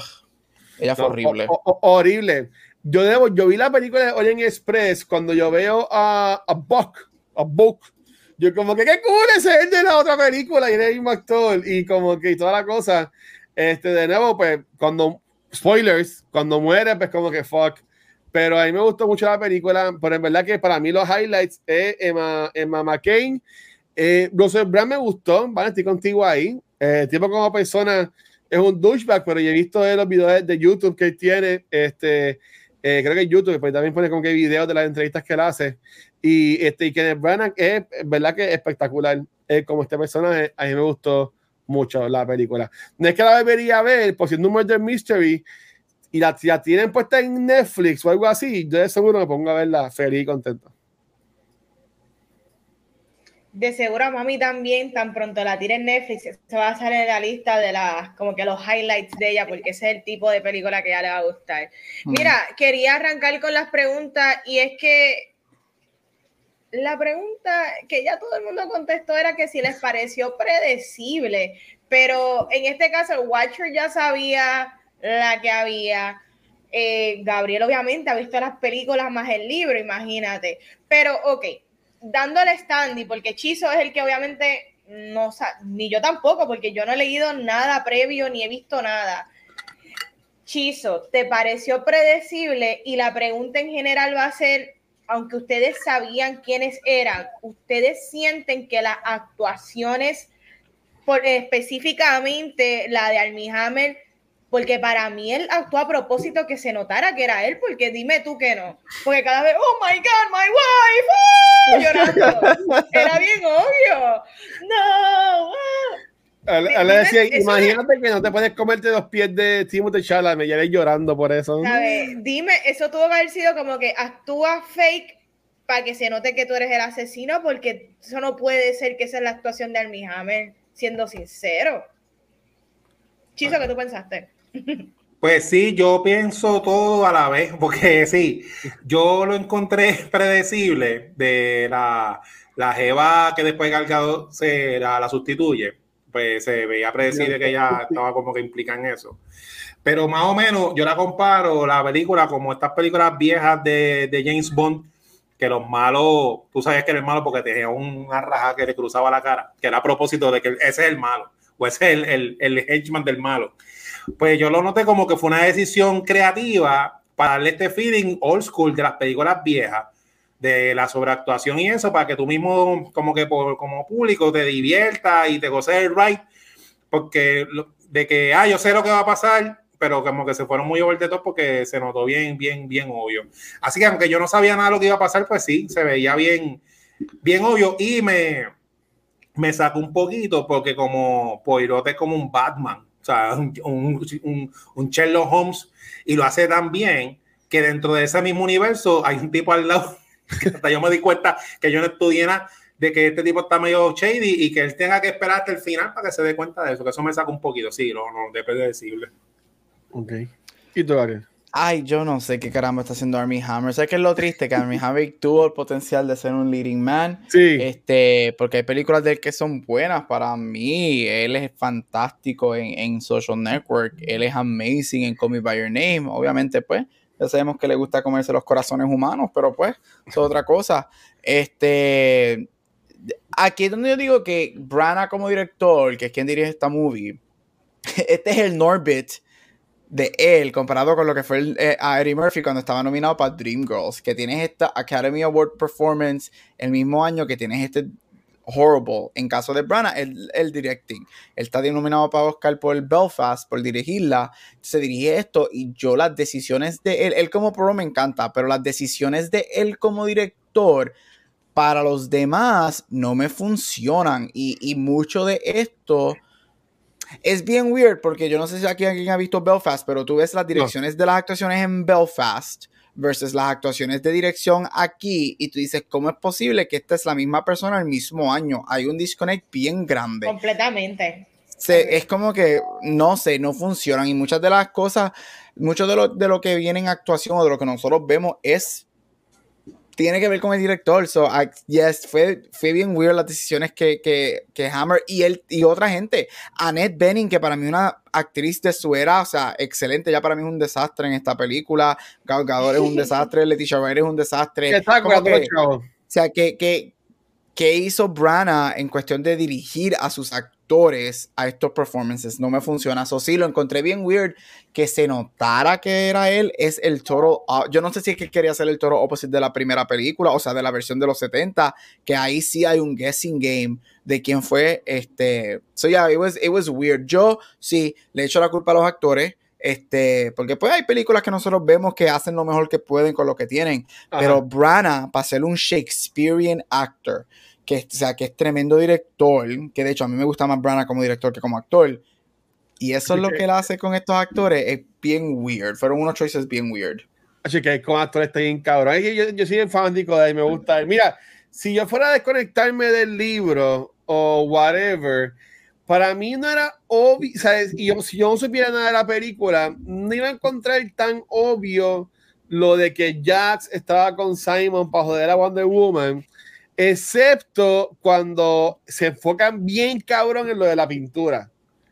ella fue horrible. Horrible. Yo vi la película de Orient Express cuando yo veo a Buck. Yo como que qué cool es el de la otra película y era el mismo actor y como que y toda la cosa. De nuevo, pues spoilers, cuando muere, pues como que fuck. Pero a mí me gustó mucho la película, pero en verdad que para mí los highlights es Emma McCain. Russell Brand me gustó, ¿vale? Estoy contigo ahí. Tipo como persona es un douchebag, pero yo he visto los videos de YouTube que él tiene. Creo que en YouTube, pues también pone como que videos de las entrevistas que él hace. Y Kenneth Branagh es verdad que es espectacular. Como este personaje, a mí me gustó mucho la película. No es que la debería ver, por siendo un murder mystery, y la tienen puesta en Netflix o algo así, yo de seguro me pongo a verla feliz y contento. De seguro a mami también, tan pronto la tire en Netflix, se va a salir en la lista de como que los highlights de ella, porque ese es el tipo de película que a ella le va a gustar. Mira, quería arrancar con las preguntas, y es que la pregunta que ya todo el mundo contestó era que si les pareció predecible, pero en este caso el Watcher ya sabía la que había. Gabriel obviamente ha visto las películas más el libro, imagínate. Pero ok, dándole standing, porque Chizo es el que obviamente no sabe, ni yo tampoco, porque yo no he leído nada previo ni he visto nada. Chizo, ¿te pareció predecible? Y la pregunta en general va a ser, aunque ustedes sabían quiénes eran, ¿ustedes sienten que las actuaciones, específicamente la de Armie Hammer, porque para mí él actuó a propósito que se notara que era él, porque dime tú que no, porque cada vez, oh my God, my wife, llorando, era bien obvio, no, Él decía, imagínate que no te puedes comerte los pies de Timothée Chalamet, me llevé llorando por eso. ¿Sabes? Dime, eso tuvo que haber sido como que actúa fake para que se note que tú eres el asesino, porque eso no puede ser que esa es la actuación de Armie Hammer, siendo sincero. Chizo, ¿qué tú pensaste? Pues sí, yo pienso todo a la vez, porque sí, yo lo encontré predecible de la jeva que después Gal Gadot la sustituye, pues se veía predecible que ella estaba como que implica en eso. Pero más o menos yo la comparo la película como estas películas viejas de James Bond, que los malos, tú sabes que era el malo porque tenía una raja que le cruzaba la cara, que era a propósito de que ese es el malo, o ese es el henchman del malo. Pues yo lo noté como que fue una decisión creativa para darle este feeling old school de las películas viejas, de la sobreactuación y eso, para que tú mismo como que como público te diviertas y te goces el ride, porque de que, yo sé lo que va a pasar, pero como que se fueron muy over the top porque se notó bien obvio. Así que aunque yo no sabía nada de lo que iba a pasar, pues sí, se veía bien obvio y me sacó un poquito porque como Poirot es como un Batman, o sea, un Sherlock Holmes, y lo hace tan bien que dentro de ese mismo universo hay un tipo al lado que hasta yo me di cuenta que yo no estudié nada, de que este tipo está medio shady y que él tenga que esperar hasta el final para que se dé cuenta de eso, que eso me saca un poquito, sí, no, de predecible. Ok. ¿Y tú, Ariel? Ay, yo no sé qué caramba está haciendo Armie Hammer. ¿Sabes qué es lo triste? Que Armie Hammer tuvo el potencial de ser un leading man. Sí. Porque hay películas de él que son buenas para mí. Él es fantástico en Social Network. Él es amazing en Call Me By Your Name. Obviamente, pues, ya sabemos que le gusta comerse los corazones humanos, pero pues, es otra cosa. Aquí es donde yo digo que Branagh como director, que es quien dirige esta movie, este es el Norbit de él comparado con lo que fue a Eddie Murphy cuando estaba nominado para Dreamgirls, que tienes esta Academy Award Performance el mismo año que tienes este Horrible. En caso de Branagh, el directing. Él está nominado para Oscar por Belfast, por dirigirla. Se dirige esto y yo las decisiones de él como pro me encanta, pero las decisiones de él como director para los demás no me funcionan y mucho de esto es bien weird porque yo no sé si aquí alguien ha visto Belfast, pero tú ves las direcciones de las actuaciones en Belfast versus las actuaciones de dirección aquí y tú dices, ¿cómo es posible que esta es la misma persona el mismo año? Hay un disconnect bien grande. Completamente. Es como que, no sé, no funcionan y muchas de las cosas, mucho de lo que viene en actuación o de lo que nosotros vemos tiene que ver con el director. Yes, fue bien weird las decisiones que Hammer y él y otra gente. Annette Bening, que para mí una actriz de su era, o sea, excelente, ya para mí es un desastre en esta película. Gal Gadot es un desastre, Leticia Wright es un desastre. O sea, ¿qué hizo Branagh en cuestión de dirigir a sus actores a estos performances? No me funciona. Eso sí, lo encontré bien weird que se notara que era él. Es el toro. Yo no sé si es que quería hacer el toro opposite de la primera película, o sea, de la versión de los 70, que ahí sí hay un guessing game de quién fue. So yeah, it was weird. Yo sí le echo la culpa a los actores. Porque pues hay películas que nosotros vemos que hacen lo mejor que pueden con lo que tienen. Ajá. Pero Branagh, para ser un Shakespearean actor, que es tremendo director, que de hecho a mí me gusta más Branagh como director que como actor, y eso es lo que él hace con estos actores, es bien weird. Fueron unos choices bien weird. Así que con actores está bien cabrón. Yo soy fanático de él, me gusta. Mira, si yo fuera a desconectarme del libro o whatever, para mí no era obvio, ¿sabes? Y si yo no supiera nada de la película, no iba a encontrar tan obvio lo de que Jax estaba con Simon para joder a Wonder Woman, excepto cuando se enfocan bien cabrón en lo de la pintura.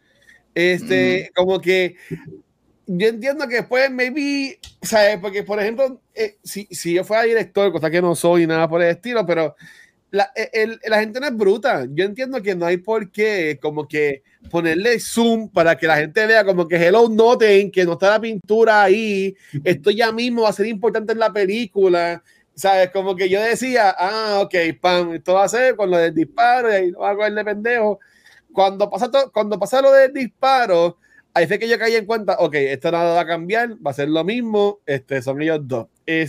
Como que yo entiendo que después maybe, ¿sabes? Porque por ejemplo, si yo fuera director, cosa que no soy nada por el estilo, pero la gente no es bruta. Yo entiendo que no hay por qué como que ponerle zoom para que la gente vea como que hello, noten que no está la pintura ahí, esto ya mismo va a ser importante en la película, ¿sabes? Como que yo decía, ok, pam, esto va a ser con lo del disparo y no va a coger de pendejo. Cuando pasa lo del disparo, ahí fue que yo caí en cuenta, ok, esto nada va a cambiar, va a ser lo mismo, son ellos dos.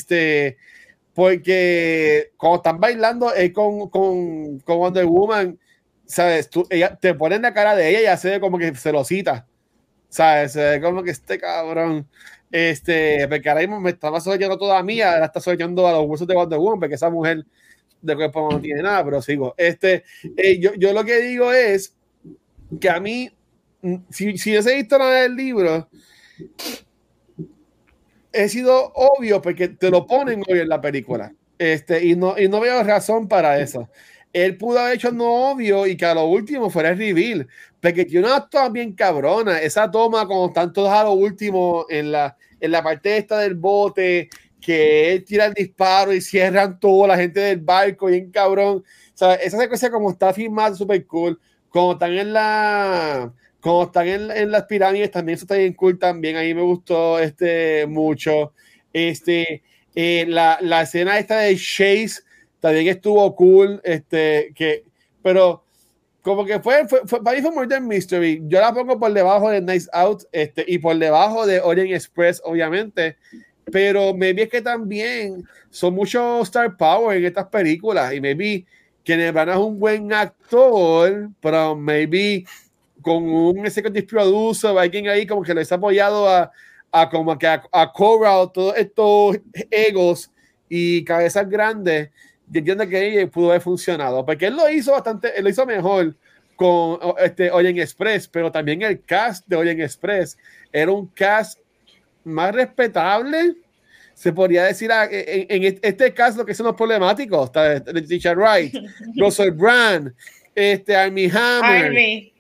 Porque cuando están bailando con Wonder Woman, ¿sabes? Ella te ponen la cara de ella y ya se ve como que celosita, ¿sabes? Se ve como que cabrón. Porque ahora mismo me estaba soñando toda a mí, ahora está soñando a los huesos de Wonder Woman, porque esa mujer de cuerpo no tiene nada, pero sigo. Yo lo que digo es que a mí, si yo he visto nada del libro, he sido obvio porque te lo ponen hoy en la película. Y no veo razón para eso. Él pudo haber hecho no obvio y que a lo último fuera el reveal, porque tiene una toma bien cabrona. Esa toma cuando están todos a lo último en la parte esta del bote, que él tira el disparo y cierran toda la gente del barco, bien cabrón. O sea, esa secuencia como está filmada, súper cool. Como están en las pirámides también, eso está bien cool también. A mí me gustó mucho. La escena esta de Chase también estuvo cool. Pero como que fue para mí fue Murder Mystery. Yo la pongo por debajo de Nice Out y por debajo de Orient Express, obviamente. Pero maybe es que también son muchos star power en estas películas y maybe Kenneth Branagh es un buen actor, pero maybe con un executive producer, alguien ahí como que les ha apoyado a Corral todos estos egos y cabezas grandes. Yo entiendo que ella pudo haber funcionado, porque él lo hizo mejor con Orient Express, pero también el cast de Orient Express era un cast más respetable, se podría decir. En este caso lo que son los problemáticos está Letitia Wright, Russell Brand, Armie Hammer,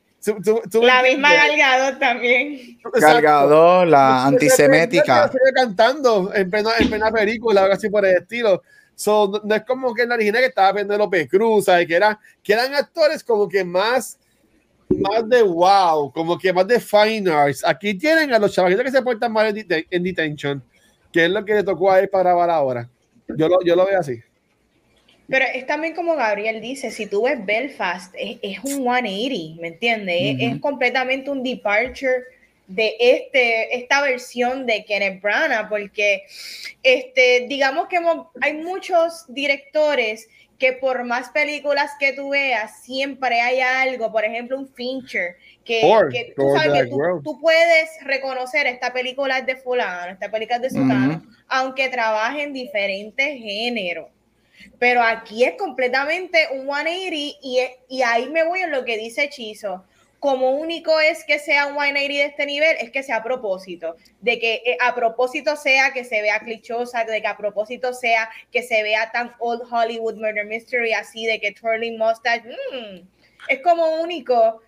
la misma Gal Gadot también. Gal Gadot, la antisemética, cantando en plena película, algo así por el estilo. No es como que en la original que estaba Penélope Cruz, ¿sabes? Que eran actores como que más de wow, como que más de fine arts. Aquí tienen a los chavalitos que se portan mal en detention, que es lo que le tocó a él para grabar ahora. Yo lo veo así. Pero es también como Gabriel dice, si tú ves Belfast, es un 180, ¿me entiendes? Es completamente un departure de esta versión de Kenneth Branagh, porque digamos que hay muchos directores que por más películas que tú veas, siempre hay algo, por ejemplo, un Fincher, que tú sabes que tú puedes reconocer esta película es de fulano, esta película es de sutano, aunque trabaje en diferentes géneros. Pero aquí es completamente un 180 y ahí me voy en lo que dice Chizo. Como único es que sea un 180 de este nivel, es que sea a propósito, de que a propósito sea que se vea clichosa, de que a propósito sea que se vea tan old Hollywood murder mystery, así de que twirling mustache, es como único.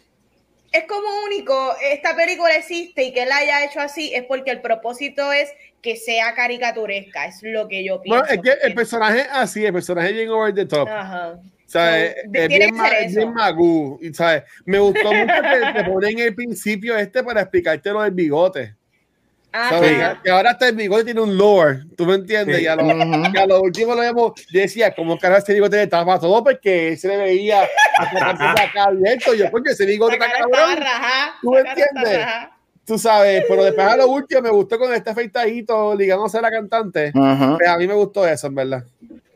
Esta película existe y que la haya hecho así es porque el propósito es que sea caricaturesca, es lo que yo pienso. Bueno, es que el personaje así, el personaje bien over the top. Ajá. ¿Sabes? Es bien magú, ¿sabes? Me gustó mucho que te ponen en el principio para explicarte lo del bigote. Que ahora hasta el bigote tiene un lore, ¿tú me entiendes? Sí. Y a lo último lo vemos, yo decía, ¿cómo carajo ese bigote le tapa todo? Porque se le veía acá abierto. Yo, coño, ese bigote está cabrón. ¿Tú me entiendes? Tú sabes, pero después a lo último me gustó con este afeitadito ligándose a la cantante. Pues a mí me gustó eso, en verdad.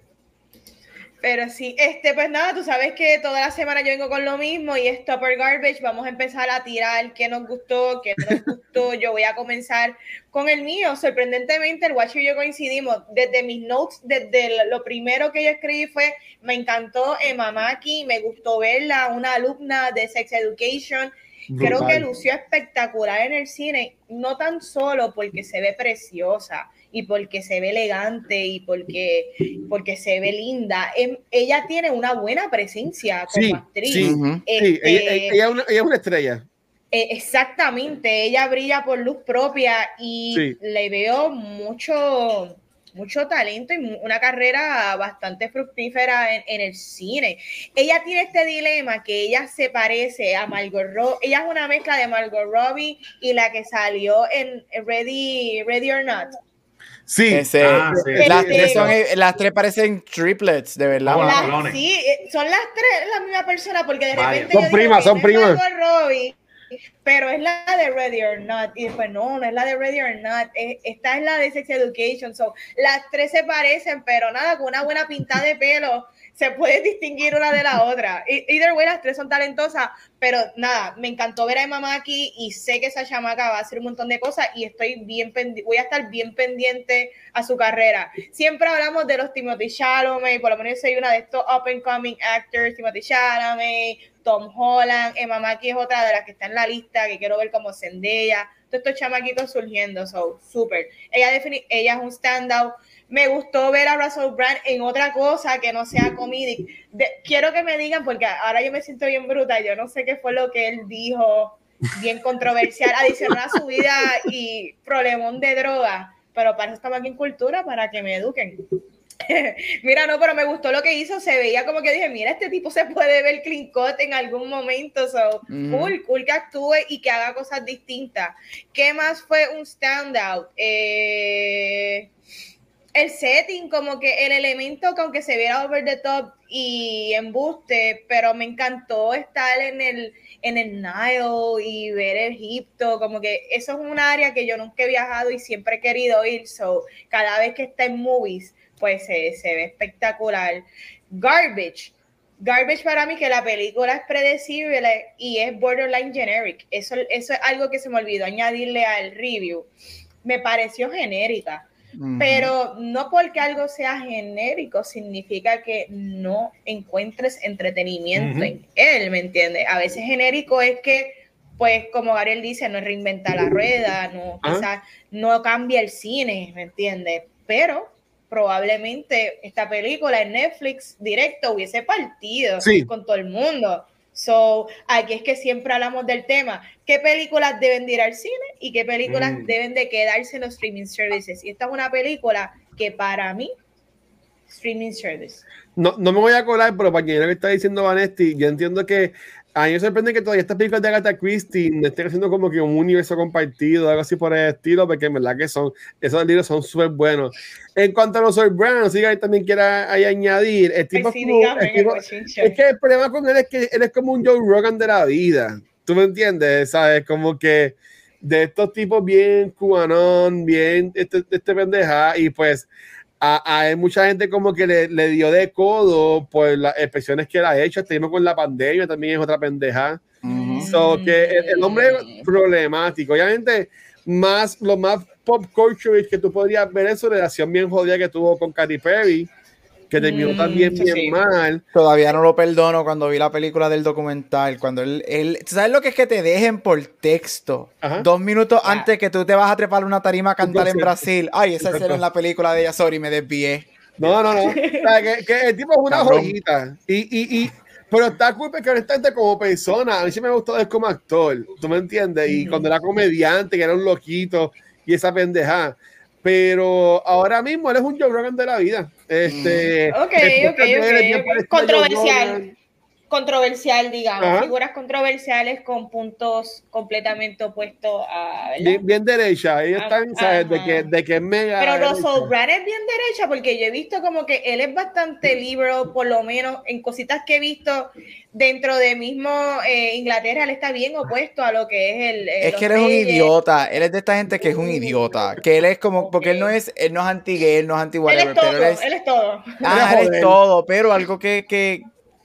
Pero sí, pues nada, tú sabes que toda la semana yo vengo con lo mismo y es Tupper Garbage. Vamos a empezar a tirar qué nos gustó, qué no nos gustó. Yo voy a comenzar con el mío. Sorprendentemente, el Watcher y yo coincidimos. Desde mis notes, desde lo primero que yo escribí fue, me encantó Emma Mackey, me gustó verla, una alumna de Sex Education. Creo que lució espectacular en el cine, no tan solo porque se ve preciosa y porque se ve elegante y porque se ve linda. Ella tiene una buena presencia como actriz. Sí. Ella es una estrella. Exactamente, ella brilla por luz propia y le veo mucho talento y una carrera bastante fructífera en el cine. Ella tiene este dilema que ella se parece a Margot Robbie. Ella es una mezcla de Margot Robbie y la que salió en Ready or Not. Sí. Las tres parecen triplets, de verdad. Sí, son las tres la misma persona porque de repente son primas. Margot Robbie, pero es la de Ready or Not. Y después, no es la de Ready or Not. Esta es la de Sex Education. So, las tres se parecen, pero nada, con una buena pintada de pelo se puede distinguir una de la otra. Either way, las tres son talentosas, pero nada, me encantó ver a Emma Mackey y sé que esa chamaca va a hacer un montón de cosas y voy a estar bien pendiente a su carrera. Siempre hablamos de los Timothée Chalamet, por lo menos soy una de estos up and coming actors, Timothée Chalamet, Tom Holland. Emma Mackey es otra de las que está en la lista que quiero ver como Zendaya, todos estos chamaquitos surgiendo, so, súper. Ella es un standout. Me gustó ver a Russell Brand en otra cosa que no sea comedic. Quiero que me digan, porque ahora yo me siento bien bruta, yo no sé qué fue lo que él dijo, bien controversial, adicional a su vida y problemón de droga, pero para eso estamos aquí en Cultura, para que me eduquen. Mira, no, pero me gustó lo que hizo, se veía como que dije, mira, este tipo se puede ver clean cut en algún momento, so, cool que actúe y que haga cosas distintas. ¿Qué más fue un standout? El setting, como que el elemento que aunque se viera over the top y embuste, pero me encantó estar en el Nile y ver Egipto, como que eso es un área que yo nunca he viajado y siempre he querido ir, so cada vez que está en movies, pues se ve espectacular. Garbage para mí, que la película es predecible y es borderline generic, eso es algo que se me olvidó añadirle al review, me pareció genérica. Pero no porque algo sea genérico significa que no encuentres entretenimiento en él, ¿me entiendes? A veces genérico es que, pues, como Gabriel dice, no reinventa la rueda, no, quizás no cambia el cine, ¿me entiendes? Pero probablemente esta película en Netflix directo hubiese partido con todo el mundo. So, aquí es que siempre hablamos del tema, qué películas deben de ir al cine y qué películas deben de quedarse en los streaming services. Y esta es una película que para mí, streaming service. No me voy a colar, pero para quien lo que está diciendo Vanesti, yo entiendo que a mí me sorprende que todavía estas películas de Agatha Christie estén haciendo como que un universo compartido, algo así por el estilo, porque en verdad que esos libros son súper buenos. En cuanto a los Russell Brand, si alguien también quiera añadir, es que el problema con él es que él es como un Joe Rogan de la vida, ¿tú me entiendes? ¿Sabes? Como que de estos tipos bien cubanón, bien este pendeja, y pues a mucha gente como que le dio de codo por las expresiones que él ha hecho, estuvimos con la pandemia, también es otra pendeja. So que el hombre es problemático. Obviamente, lo más pop culture que tú podrías ver es su relación bien jodida que tuvo con Katy Perry, que terminó también bien mal. Todavía no lo perdono cuando vi la película del documental, cuando él ¿tú sabes lo que es que te dejen por texto? 2 minutos antes que tú te vas a trepar una tarima a cantar en Brasil. Ay, esa escena en la película de ella, sorry, me desvié. No. O sea, que el tipo es una joyita. Pero está cool porque honestamente como persona, a mí sí me gustó él como actor, ¿tú me entiendes? Y cuando era comediante, que era un loquito y esa pendeja. Pero ahora mismo él es un Joe Rogan de la vida. Controversial, digamos. Figuras controversiales con puntos completamente opuestos a... Bien derecha. Ellos están, ¿sabes? De que es mega... Pero Russell Brand es bien derecha porque yo he visto como que él es bastante liberal, por lo menos en cositas que he visto dentro de mismo Inglaterra, él está bien opuesto a lo que es el... Es que él es un idiota. Él es de esta gente que es un idiota. Que él es como... Porque él no es anti-gay, él no es anti-whatever. Él es todo. Él es todo. Pero algo que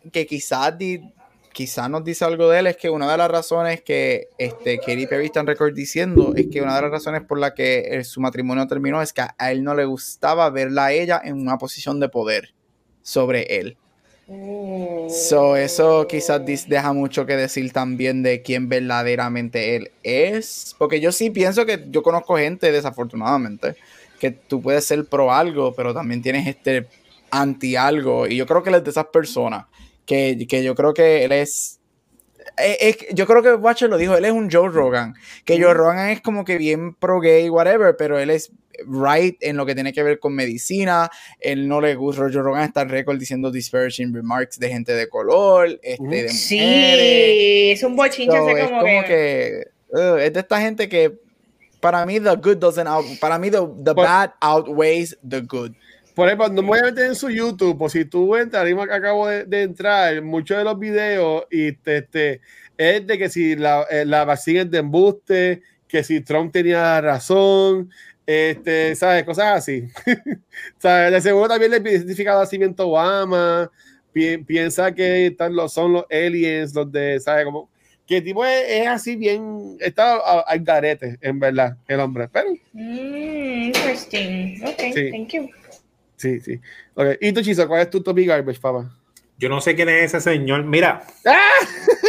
quizás nos dice algo de él es que una de las razones que Katy Perry está en récord diciendo es que una de las razones por la que su matrimonio terminó es que a él no le gustaba verla a ella en una posición de poder sobre él. So, eso quizás deja mucho que decir también de quién verdaderamente él es, porque yo sí pienso que yo conozco gente, desafortunadamente, que tú puedes ser pro algo, pero también tienes anti algo, y yo creo que él es de esas personas que yo creo que él es yo creo que Watcher lo dijo, él es un Joe Rogan, que Joe Rogan es como que bien pro gay, whatever, pero él es right en lo que tiene que ver con medicina. Él no le gusta, Joe Rogan está en récord diciendo disparaging remarks de gente de color, de mujeres. Sí, es un bochinche, so, es como que es de esta gente que para mí the good para mí the bad outweighs the good. Por ejemplo, no me voy a meter en su YouTube, pues si tú entras, que acabo de entrar, muchos de los videos y es de que si la vacuna es de embuste, que si Trump tenía razón, ¿sabes? Cosas así. ¿Sabes? De seguro también le identifica nacimiento Obama, piensa que son los aliens, los de, ¿sabes? Como que el tipo es así bien, está al garete, en verdad, el hombre, pero... Interesting. Ok, sí. Thank you. Sí. Okay. ¿Y tú, Chizo, cuál es tu topic garbage, papá? Yo no sé quién es ese señor. Mira.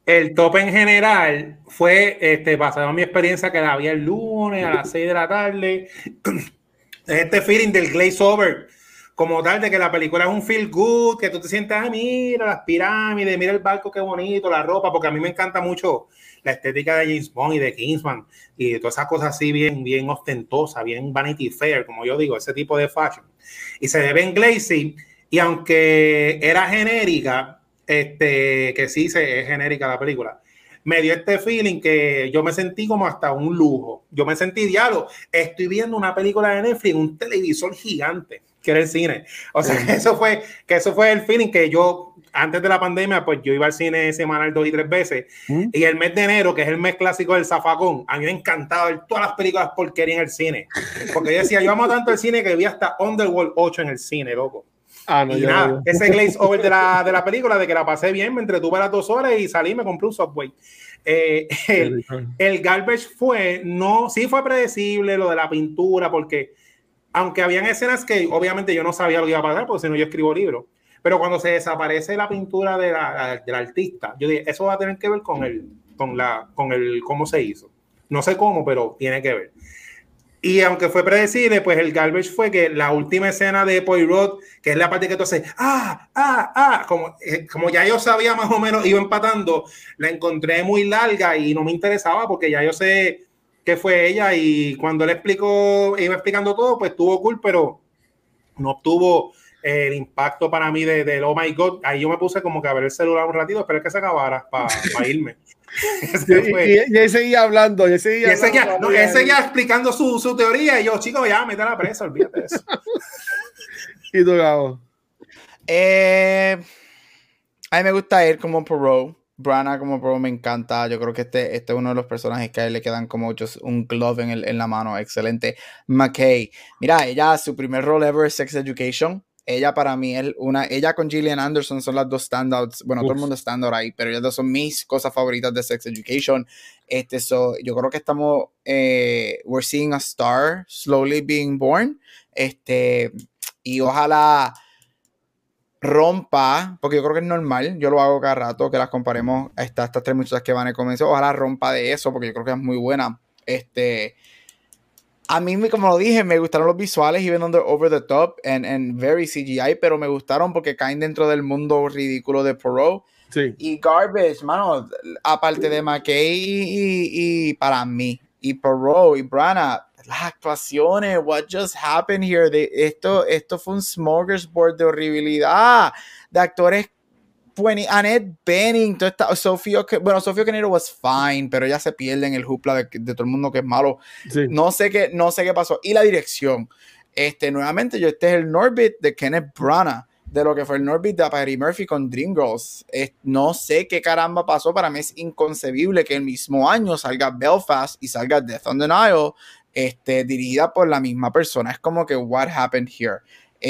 El top en general fue basado en mi experiencia que la vi el lunes a las 6 de la tarde. Este feeling del glaze over, como tal, de que la película es un feel good, que tú te sientas, mira las pirámides, mira el barco, qué bonito, la ropa, porque a mí me encanta mucho la estética de James Bond y de Kingsman y de todas esas cosas así bien ostentosas, bien Vanity Fair, como yo digo, ese tipo de fashion. Y se ve en glazy, y aunque era genérica, que sí es genérica la película, me dio este feeling que yo me sentí como hasta un lujo. Yo me sentí diálogo. Estoy viendo una película de Netflix, un televisor gigante, que era el cine. O sea, que eso fue el feeling que yo, antes de la pandemia, pues yo iba al cine semanal 2 y 3 veces. Y el mes de enero, que es el mes clásico del zafacón, a mí me encantaba ver todas las películas porquería en el cine. Porque yo decía, yo amo tanto el cine que vi hasta Underworld 8 en el cine, loco. No, y nada, no. Ese glaze over de la película, de que la pasé bien, me entretuve las 2 horas y salí, me compré un Subway. El garbage sí fue predecible lo de la pintura, porque aunque habían escenas que obviamente yo no sabía lo que iba a pasar, porque si no yo escribo libros, pero cuando se desaparece la pintura del artista, yo dije, eso va a tener que ver con el cómo se hizo. No sé cómo, pero tiene que ver. Y aunque fue predecible, pues el garbage fue que la última escena de Poirot, que es la parte que tú haces, como ya yo sabía más o menos, iba empatando, la encontré muy larga y no me interesaba porque ya yo sé que fue ella, y cuando él iba explicando todo, pues estuvo cool, pero no obtuvo el impacto para mí del oh my god. Ahí yo me puse como que a ver el celular un ratito, esperé que se acabara para irme. Y él seguía hablando, él seguía explicando su teoría, y yo, chicos, ya, mete a la presa, olvídate de eso. ¿Y tú, Gabo? A mí me gusta él como Poirot. Branagh como Poirot me encanta. Yo creo que este es uno de los personajes que a él le quedan como un glove en la mano. Excelente. McKay. Mira, ella, su primer rol ever es Sex Education. Ella para mí, ella con Gillian Anderson son las dos standouts. Bueno, todo el mundo standout ahí, pero ellas dos son mis cosas favoritas de Sex Education. Yo creo que estamos, we're seeing a star slowly being born. Y ojalá rompa, porque yo creo que es normal, yo lo hago cada rato, que las comparemos a estas 3 muchachas que van a comenzar, ojalá rompa de eso, porque yo creo que es muy buena. A mí, como lo dije, me gustaron los visuales, even though they're over the top and very CGI, pero me gustaron porque caen dentro del mundo ridículo de Poirot. Sí. Y Garbage, mano, aparte de McKay y para mí, y Poirot y Branagh, las actuaciones, what just happened here, esto fue un smorgasbord de horribilidad, de actores. Annette Bening, Sofía Okonedo was fine, pero ella se pierde en el jupla de todo el mundo que es malo. Sí. No sé qué pasó. Y la dirección. Nuevamente, este es el Norbit de Kenneth Branagh, de lo que fue el Norbit de Patty Murphy con Dreamgirls. No sé qué caramba pasó. Para mí es inconcebible que el mismo año salga Belfast y salga Death on the Nile, dirigida por la misma persona. Es como que, what happened here?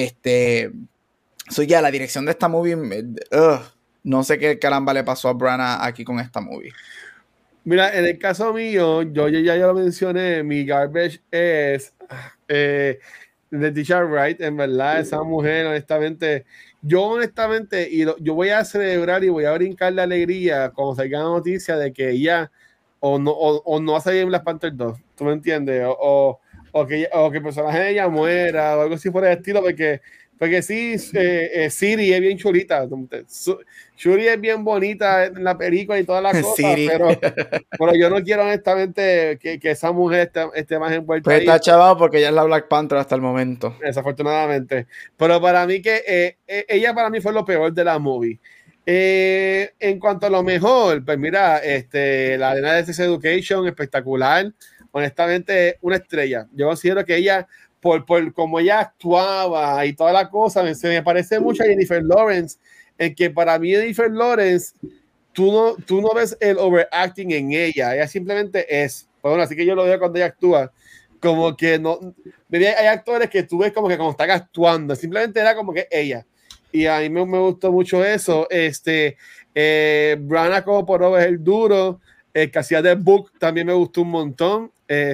La dirección de esta movie, no sé qué caramba le pasó a Branagh aquí con esta movie. Mira, en el caso mío, yo ya lo mencioné, mi garbage es Letitia Wright. En verdad, esa mujer, honestamente, yo voy a celebrar y voy a brincar la alegría cuando salga la noticia de que ella o no va a salir en Black Panther 2, ¿tú me entiendes? O que el personaje de ella muera o algo así por el estilo, porque sí, Siri es bien chulita. Shuri es bien bonita en la película y todas las cosas, pero yo no quiero honestamente que esa mujer esté más envuelta. Pues está chaval porque ella es la Black Panther hasta el momento. Desafortunadamente. Pero para mí ella para mí fue lo peor de la movie. En cuanto a lo mejor, pues mira, la arena de Sex Education, espectacular. Honestamente, una estrella. Yo considero que ella, por cómo ella actuaba y toda la cosa, se me parece mucho a Jennifer Lawrence, en que para mí Jennifer Lawrence, tú no ves el overacting en ella simplemente es. Bueno, así que yo lo veo cuando ella actúa, como que no, hay actores que tú ves como que cuando están actuando, simplemente era como que ella. Y a mí me gustó mucho eso. Branagh como Poirot es el duro. El que hacía de Book también me gustó un montón.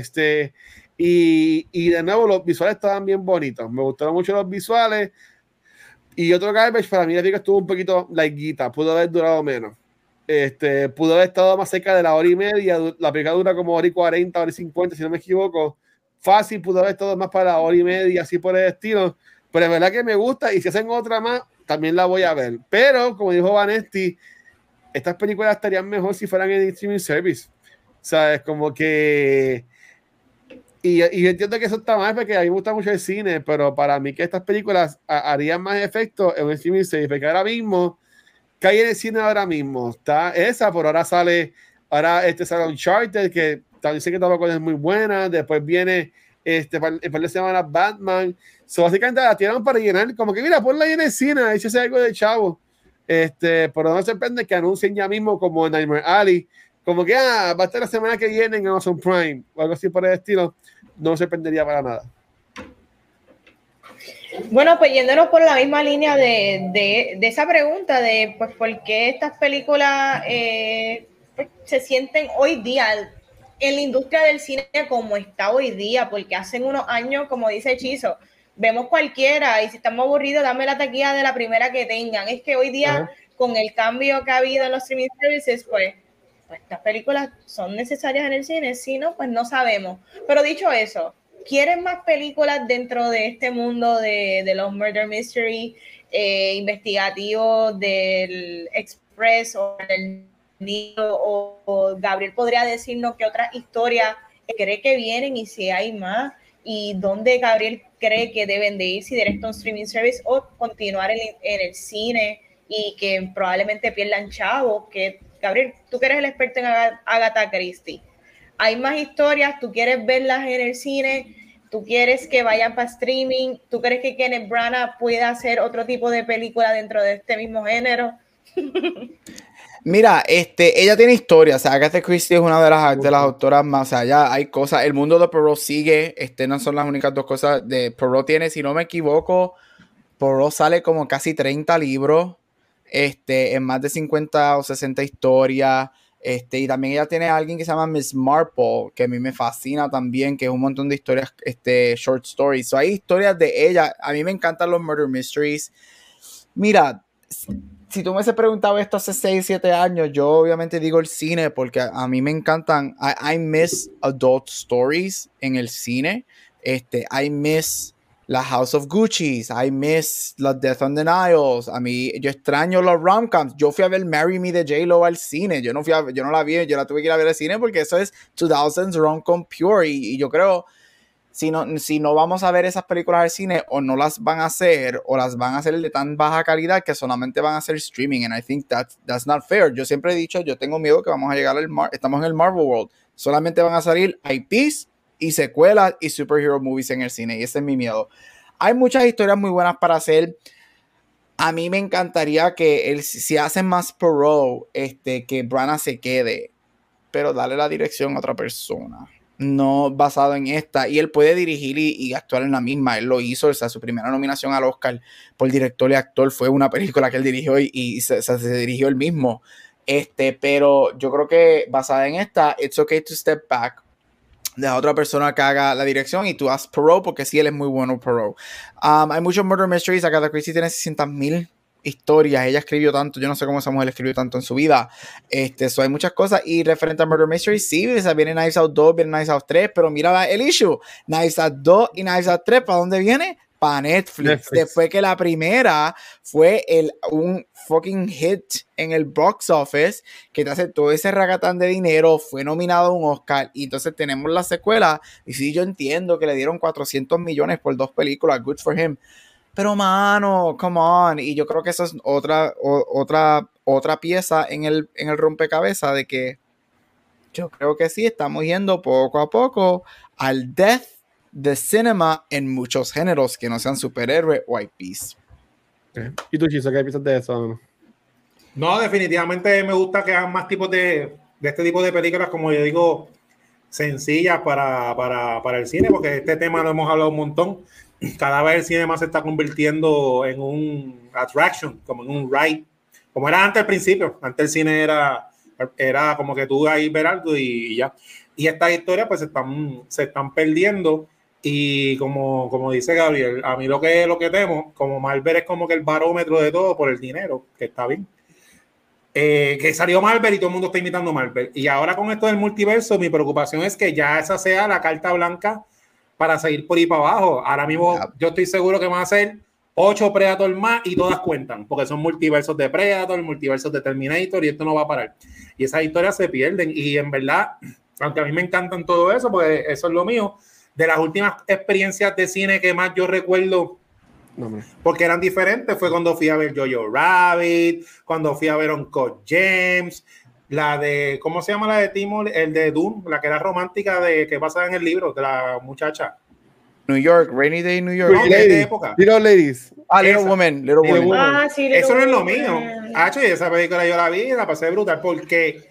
Y de nuevo los visuales estaban bien bonitos, me gustaron mucho los visuales. Y otro garbage para mí, la película estuvo un poquito larguita, pudo haber durado menos. Pudo haber estado más cerca de la hora y media. La película dura como hora y 40, hora y 50, si no me equivoco. Fácil, pudo haber estado más para la hora y media, así por el estilo. Pero es verdad que me gusta y si hacen otra más, también la voy a ver. Pero, como dijo Vanesti, estas películas estarían mejor si fueran en streaming service. ¿Sabes? Como que... Y yo entiendo que eso está mal porque a mí me gusta mucho el cine, pero para mí que estas películas harían más efecto en un streaming service. Porque ahora mismo, ¿qué hay en el cine ahora mismo? Está esa, por ahora sale Uncharted, que dice que tampoco es muy buena. Después viene el par de semanas Batman. Básicamente la tiraron para llenar, como que mira, ponla ahí en el cine, échese algo de chavo. Pero no me sorprende que anuncien ya mismo como Nightmare Alley, como que va a estar la semana que viene en Amazon Prime o algo así por el estilo. No me sorprendería para nada. Bueno, pues yéndonos por la misma línea de esa pregunta de pues por qué estas películas pues, se sienten hoy día en la industria del cine como está hoy día, porque hace unos años, como dice Chizo, vemos cualquiera y si estamos aburridos, dame la taquilla de la primera que tengan. Es que hoy día, con el cambio que ha habido en los streaming services, pues estas películas son necesarias en el cine, si no, pues no sabemos. Pero dicho eso, ¿quieren más películas dentro de este mundo de los murder mystery investigativos del Express o del Nido? O Gabriel podría decirnos qué otras historias cree que vienen y si hay más, y dónde Gabriel cree que deben de ir, si directo a un streaming service o continuar en el cine y que probablemente pierdan chavos. Que Gabriel, tú que eres el experto en Agatha Christie, ¿hay más historias? ¿Tú quieres verlas en el cine? ¿Tú quieres que vayan para streaming? ¿Tú crees que Kenneth Branagh pueda hacer otro tipo de película dentro de este mismo género? Mira, ella tiene historia, o sea, Agatha Christie es una de las autoras más, o sea, ya hay cosas, el mundo de Poirot sigue, no son las únicas dos cosas de Poirot tiene, si no me equivoco, Poirot sale como casi 30 libros, en más de 50 o 60 historias, y también ella tiene a alguien que se llama Miss Marple, que a mí me fascina también, que es un montón de historias, short stories, so, hay historias de ella, a mí me encantan los murder mysteries. Mira, si tú me hubieses preguntado esto hace 6, 7 años, yo obviamente digo el cine porque a mí me encantan. I miss adult stories en el cine. I miss la House of Gucci. I miss la Death on the Niles. A mí, yo extraño los rom-coms. Yo fui a ver Marry Me de J-Lo al cine. Yo no la vi, yo la tuve que ir a ver al cine porque eso es 2000s rom-com pure. Y yo creo... Si no vamos a ver esas películas al cine, o no las van a hacer, o las van a hacer de tan baja calidad que solamente van a hacer streaming, and I think that's not fair. Yo siempre he dicho, yo tengo miedo que vamos a llegar estamos en el Marvel World, solamente van a salir IPs y secuelas y superhero movies en el cine, y ese es mi miedo. Hay muchas historias muy buenas para hacer. A mí me encantaría que si hacen más Poirot, que Branagh se quede, pero darle la dirección a otra persona, no basado en esta, y él puede dirigir y actuar en la misma. Él lo hizo, o sea, su primera nominación al Oscar por director y actor fue una película que él dirigió y se dirigió él mismo, pero yo creo que basada en esta, it's okay to step back, deja a otra persona que haga la dirección y tú haz Poirot, porque sí, él es muy bueno Poirot. Hay muchos murder mysteries. Agatha Christie tiene 600,000 historias, ella escribió tanto, yo no sé cómo esa mujer escribió tanto en su vida, hay muchas cosas, y referente a Murder Mystery, sí, o sea, viene Knives Out 2, viene Knives Out 3, pero mira el issue, Knives Out 2 y Knives Out 3, ¿para dónde viene? Para Netflix, después que la primera fue un fucking hit en el box office, que te hace todo ese ragatán de dinero, fue nominado a un Oscar, y entonces tenemos la secuela, y sí, yo entiendo que le dieron 400 millones por 2 películas, good for him, pero mano, come on. Y yo creo que eso es otra pieza en el rompecabezas, de que yo creo que sí, estamos yendo poco a poco al death de cinema en muchos géneros que no sean superhéroes o IPs. ¿Y tú, Chizo, qué piensas de eso? No, definitivamente me gusta que hagan más tipos de este tipo de películas, como yo digo, sencillas para el cine, porque este tema lo hemos hablado un montón. Cada vez el cine más se está convirtiendo en un attraction, como en un ride, como era antes al principio. Antes el cine era como que tú ahí ver algo y ya. Y estas historias pues se están perdiendo, y como dice Gabriel, a mí lo que temo, como Marvel es como que el barómetro de todo por el dinero, que está bien. que salió Marvel y todo el mundo está imitando Marvel. Y ahora con esto del multiverso, mi preocupación es que ya esa sea la carta blanca para seguir por ahí para abajo. Ahora mismo yo estoy seguro que van a ser 8 Predator más y todas cuentan, porque son multiversos de Predator, multiversos de Terminator y esto no va a parar. Y esas historias se pierden. Y en verdad, aunque a mí me encantan todo eso, porque eso es lo mío, de las últimas experiencias de cine que más yo recuerdo, porque eran diferentes, fue cuando fui a ver Jojo Rabbit, cuando fui a ver Uncut James, la de, ¿cómo se llama la de Timo? El de Dune, la que era romántica de que pasa en el libro de la muchacha. New York, Rainy Day New York. No, de época. Little Ladies. Little Woman. Sí, Little eso no es lo Woman. mío. Y esa película yo la vi y la pasé brutal porque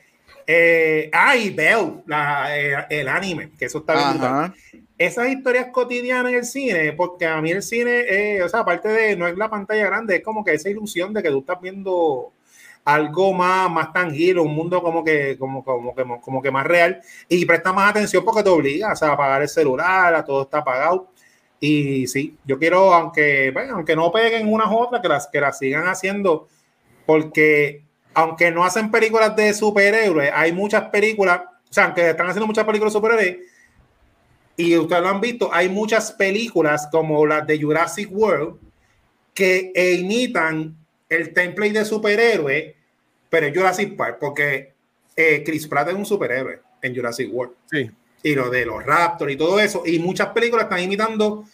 y Belle, el anime, que eso está bien brutal. Esas historias cotidianas en el cine, porque a mí el cine, o sea, aparte de no es la pantalla grande, es como que esa ilusión de que tú estás viendo algo más tangible, un mundo como que más real, y presta más atención porque te obliga, o sea, a apagar el celular, a todo está apagado. Y sí, yo quiero, aunque no peguen unas otras, que las sigan haciendo, porque aunque no hacen películas de superhéroes, hay muchas películas, o sea, aunque están haciendo muchas películas de superhéroes, y ustedes lo han visto, hay muchas películas como las de Jurassic World que imitan el template de superhéroe, pero es Jurassic Park, porque Chris Pratt es un superhéroe en Jurassic World. Sí. Y lo de los Raptors y todo eso, y muchas películas están imitando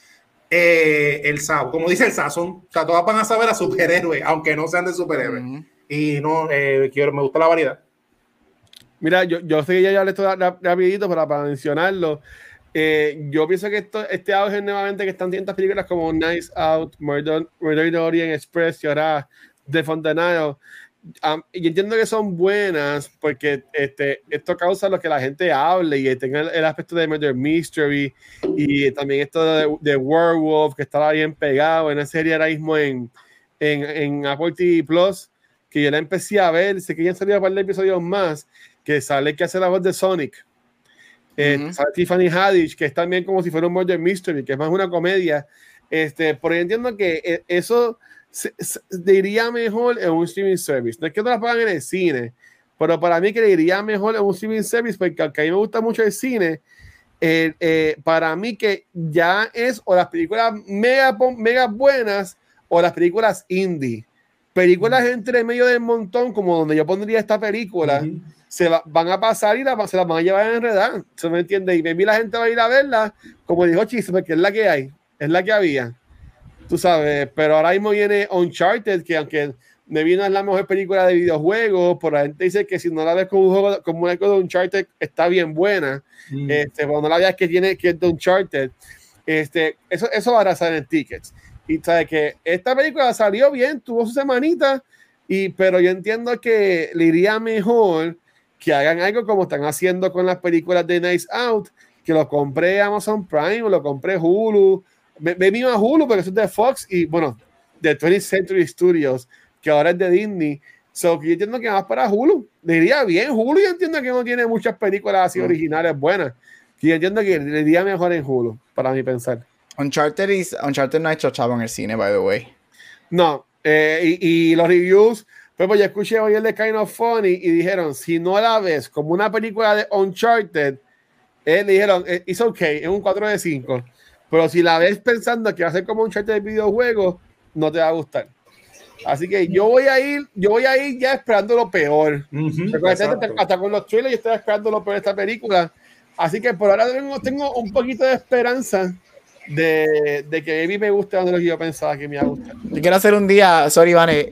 el Sazón, como dice el Sazón, o sea, todas van a saber a superhéroes, aunque no sean de superhéroes. Y no, me gusta la variedad. Mira, yo sé que ya hablé esto rapidito para mencionarlo. Yo pienso que este auge nuevamente que están tantas películas como Nice Out, Murder in the Orient Express y ahora The Fontanile. Yo entiendo que son buenas porque esto causa lo que la gente hable y tenga el aspecto de Murder Mystery y también esto de Werewolf que estaba bien pegado en la serie ahora mismo en Apple TV Plus, que yo la empecé a ver, sé que ya han salido un par de episodios más, que sale que hace la voz de Sonic. Sale Tiffany Haddish, que es también como si fuera un Murder Mystery, que es más una comedia. Pero yo entiendo que eso se iría mejor en un streaming service. No es que no la pagan en el cine, pero para mí que le iría mejor en un streaming service, porque aunque a mí me gusta mucho el cine, para mí que ya es o las películas mega buenas o las películas indie. Películas entre medio del montón, como donde yo pondría esta película, van a pasar y se las van a llevar a enredar. ¿Se me entiende? Y maybe la gente va a ir a verla, como dijo Chis, porque es la que hay, es la que había. Tú sabes, pero ahora mismo viene Uncharted, que aunque maybe no es la mejor película de videojuegos, pero la gente dice que si no la ves como un juego, como un juego de Uncharted, está bien buena. Cuando no la veas que es de Uncharted, eso va a arrasar en tickets. Y sabes que esta película salió bien, tuvo su semanita, pero yo entiendo que le iría mejor que hagan algo como están haciendo con las películas de Nice Out, que lo compré Amazon Prime o lo compré Hulu. Me vino a Hulu porque eso es de Fox y bueno, de 20th Century Studios, que ahora es de Disney. So, que yo entiendo que más para Hulu. Le iría bien Hulu, yo entiendo que no tiene muchas películas así originales buenas. Que yo entiendo que le iría mejor en Hulu, para mi pensar. Uncharted no ha hecho chavo en el cine, by the way. No, y los reviews, pues yo escuché hoy el de Kind of Funny y dijeron, si no la ves como una película de Uncharted, le dijeron, it's okay, es un 4 de 5. Pero si la ves pensando que va a ser como un Uncharted de videojuegos, no te va a gustar. Así que yo voy a ir ya esperando lo peor. Hasta con los trailers yo estoy esperando lo peor de esta película. Así que por ahora tengo un poquito de esperanza de que Baby me guste de lo que yo pensaba que me iba a gustar. Yo quiero hacer un día, sorry Vane,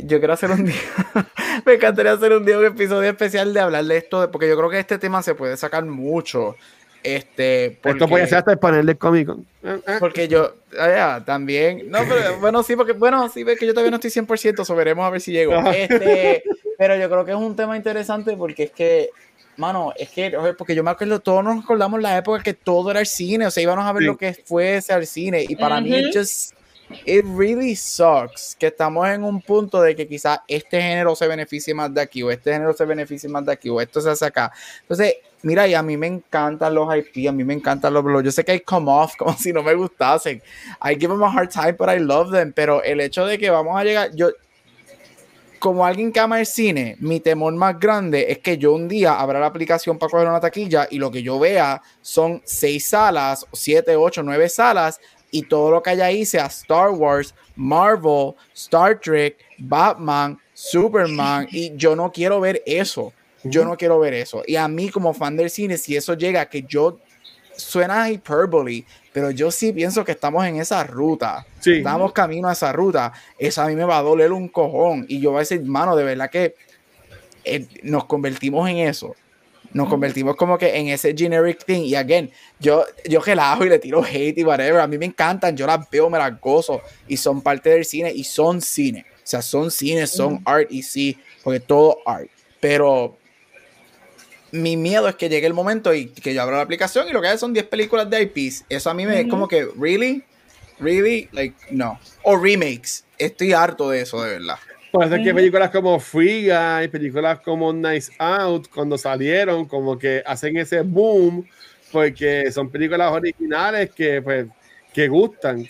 me encantaría hacer un día un episodio especial de hablar de esto, porque yo creo que este tema se puede sacar mucho. Esto puede ser hasta el panel de Comic Con. Porque yo también, no, pero bueno, sí, porque yo todavía no estoy 100%, so veremos a ver si llego. Pero yo creo que es un tema interesante porque es que, mano, porque yo me acuerdo, todos nos acordamos la época que todo era el cine, o sea, íbamos a ver lo que fuese al cine, y para mí it really sucks que estamos en un punto de que quizás este género se beneficie más de aquí, o este género se beneficie más de aquí, o esto se hace acá. Entonces, mira, y a mí me encantan los IP, a mí me encantan los blogs. Yo sé que hay come off como si no me gustasen. I give them a hard time, but I love them. Pero el hecho de que vamos a llegar, como alguien que ama el cine, mi temor más grande es que yo un día abra la aplicación para coger una taquilla y lo que yo vea son 6 salas, 7, 8, 9 salas y todo lo que haya ahí sea Star Wars, Marvel, Star Trek, Batman, Superman y yo no quiero ver eso. Yo no quiero ver eso. Y a mí como fan del cine, si eso llega a que yo suena hyperbole, pero yo sí pienso que estamos en esa ruta. Sí. Estamos camino a esa ruta. Eso a mí me va a doler un cojón. Y yo voy a decir, mano, de verdad que nos convertimos en eso. Nos convertimos como que en ese generic thing. Y again, yo relajo y le tiro hate y whatever. A mí me encantan, yo las veo, me las gozo. Y son parte del cine y son cine. O sea, son cine, son art y sí, porque todo art. Pero mi miedo es que llegue el momento y que yo abra la aplicación y lo que hay son 10 películas de IPs. Eso a mí me como que, really, like, no. O remakes. Estoy harto de eso, de verdad. Por eso es que películas como Free Guy, películas como Nice Out, cuando salieron, como que hacen ese boom, porque son películas originales que, pues, que gustan.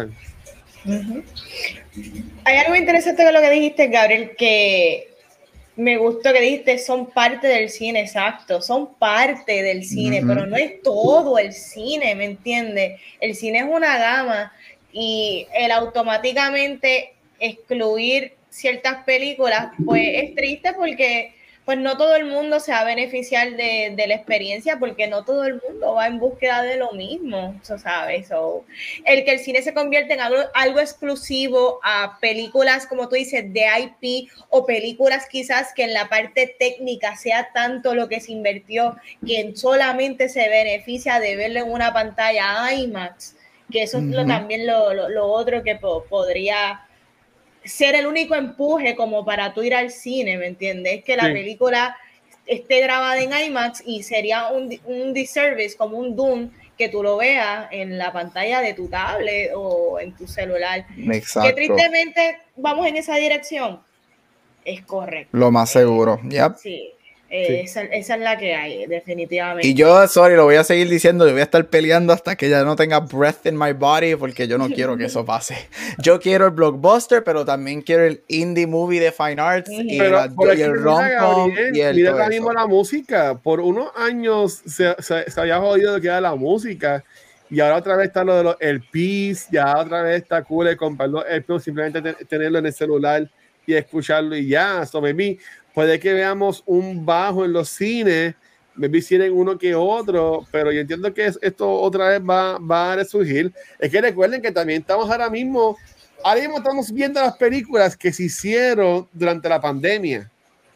Hay algo interesante con lo que dijiste, Gabriel, que me gustó que dijiste, son parte del cine, exacto, son parte del cine, pero no es todo el cine, ¿me entiendes? El cine es una gama y el automáticamente excluir ciertas películas, pues es triste porque pues no todo el mundo se va a beneficiar de la experiencia porque no todo el mundo va en búsqueda de lo mismo, ¿sabes? El que el cine se convierte en algo exclusivo a películas, como tú dices, de IP o películas quizás que en la parte técnica sea tanto lo que se invirtió que solamente se beneficia de verlo en una pantalla IMAX, que eso es también lo otro que podría ser el único empuje como para tú ir al cine, ¿me entiendes? Que la película esté grabada en IMAX y sería un disservice, como un Doom, que tú lo veas en la pantalla de tu tablet o en tu celular. Exacto. Que tristemente vamos en esa dirección. Es correcto. Lo más seguro, Sí. Esa es la que hay, definitivamente. Y yo, lo voy a seguir diciendo, yo voy a estar peleando hasta que ya no tenga breath in my body, porque yo no quiero que eso pase. Yo quiero el blockbuster, pero también quiero el indie movie de Fine Arts y el rom-com. Mira ahora mismo la música. Por unos años se había jodido de que era la música, y ahora otra vez está lo de los LPs, ya otra vez está cool el comprarlo, simplemente tenerlo en el celular y escucharlo y ya. Sobre mí puede que veamos un bajo en los cines, me hicieron uno que otro, pero yo entiendo que esto otra vez va a resurgir. Es que recuerden que también ahora mismo estamos viendo las películas que se hicieron durante la pandemia.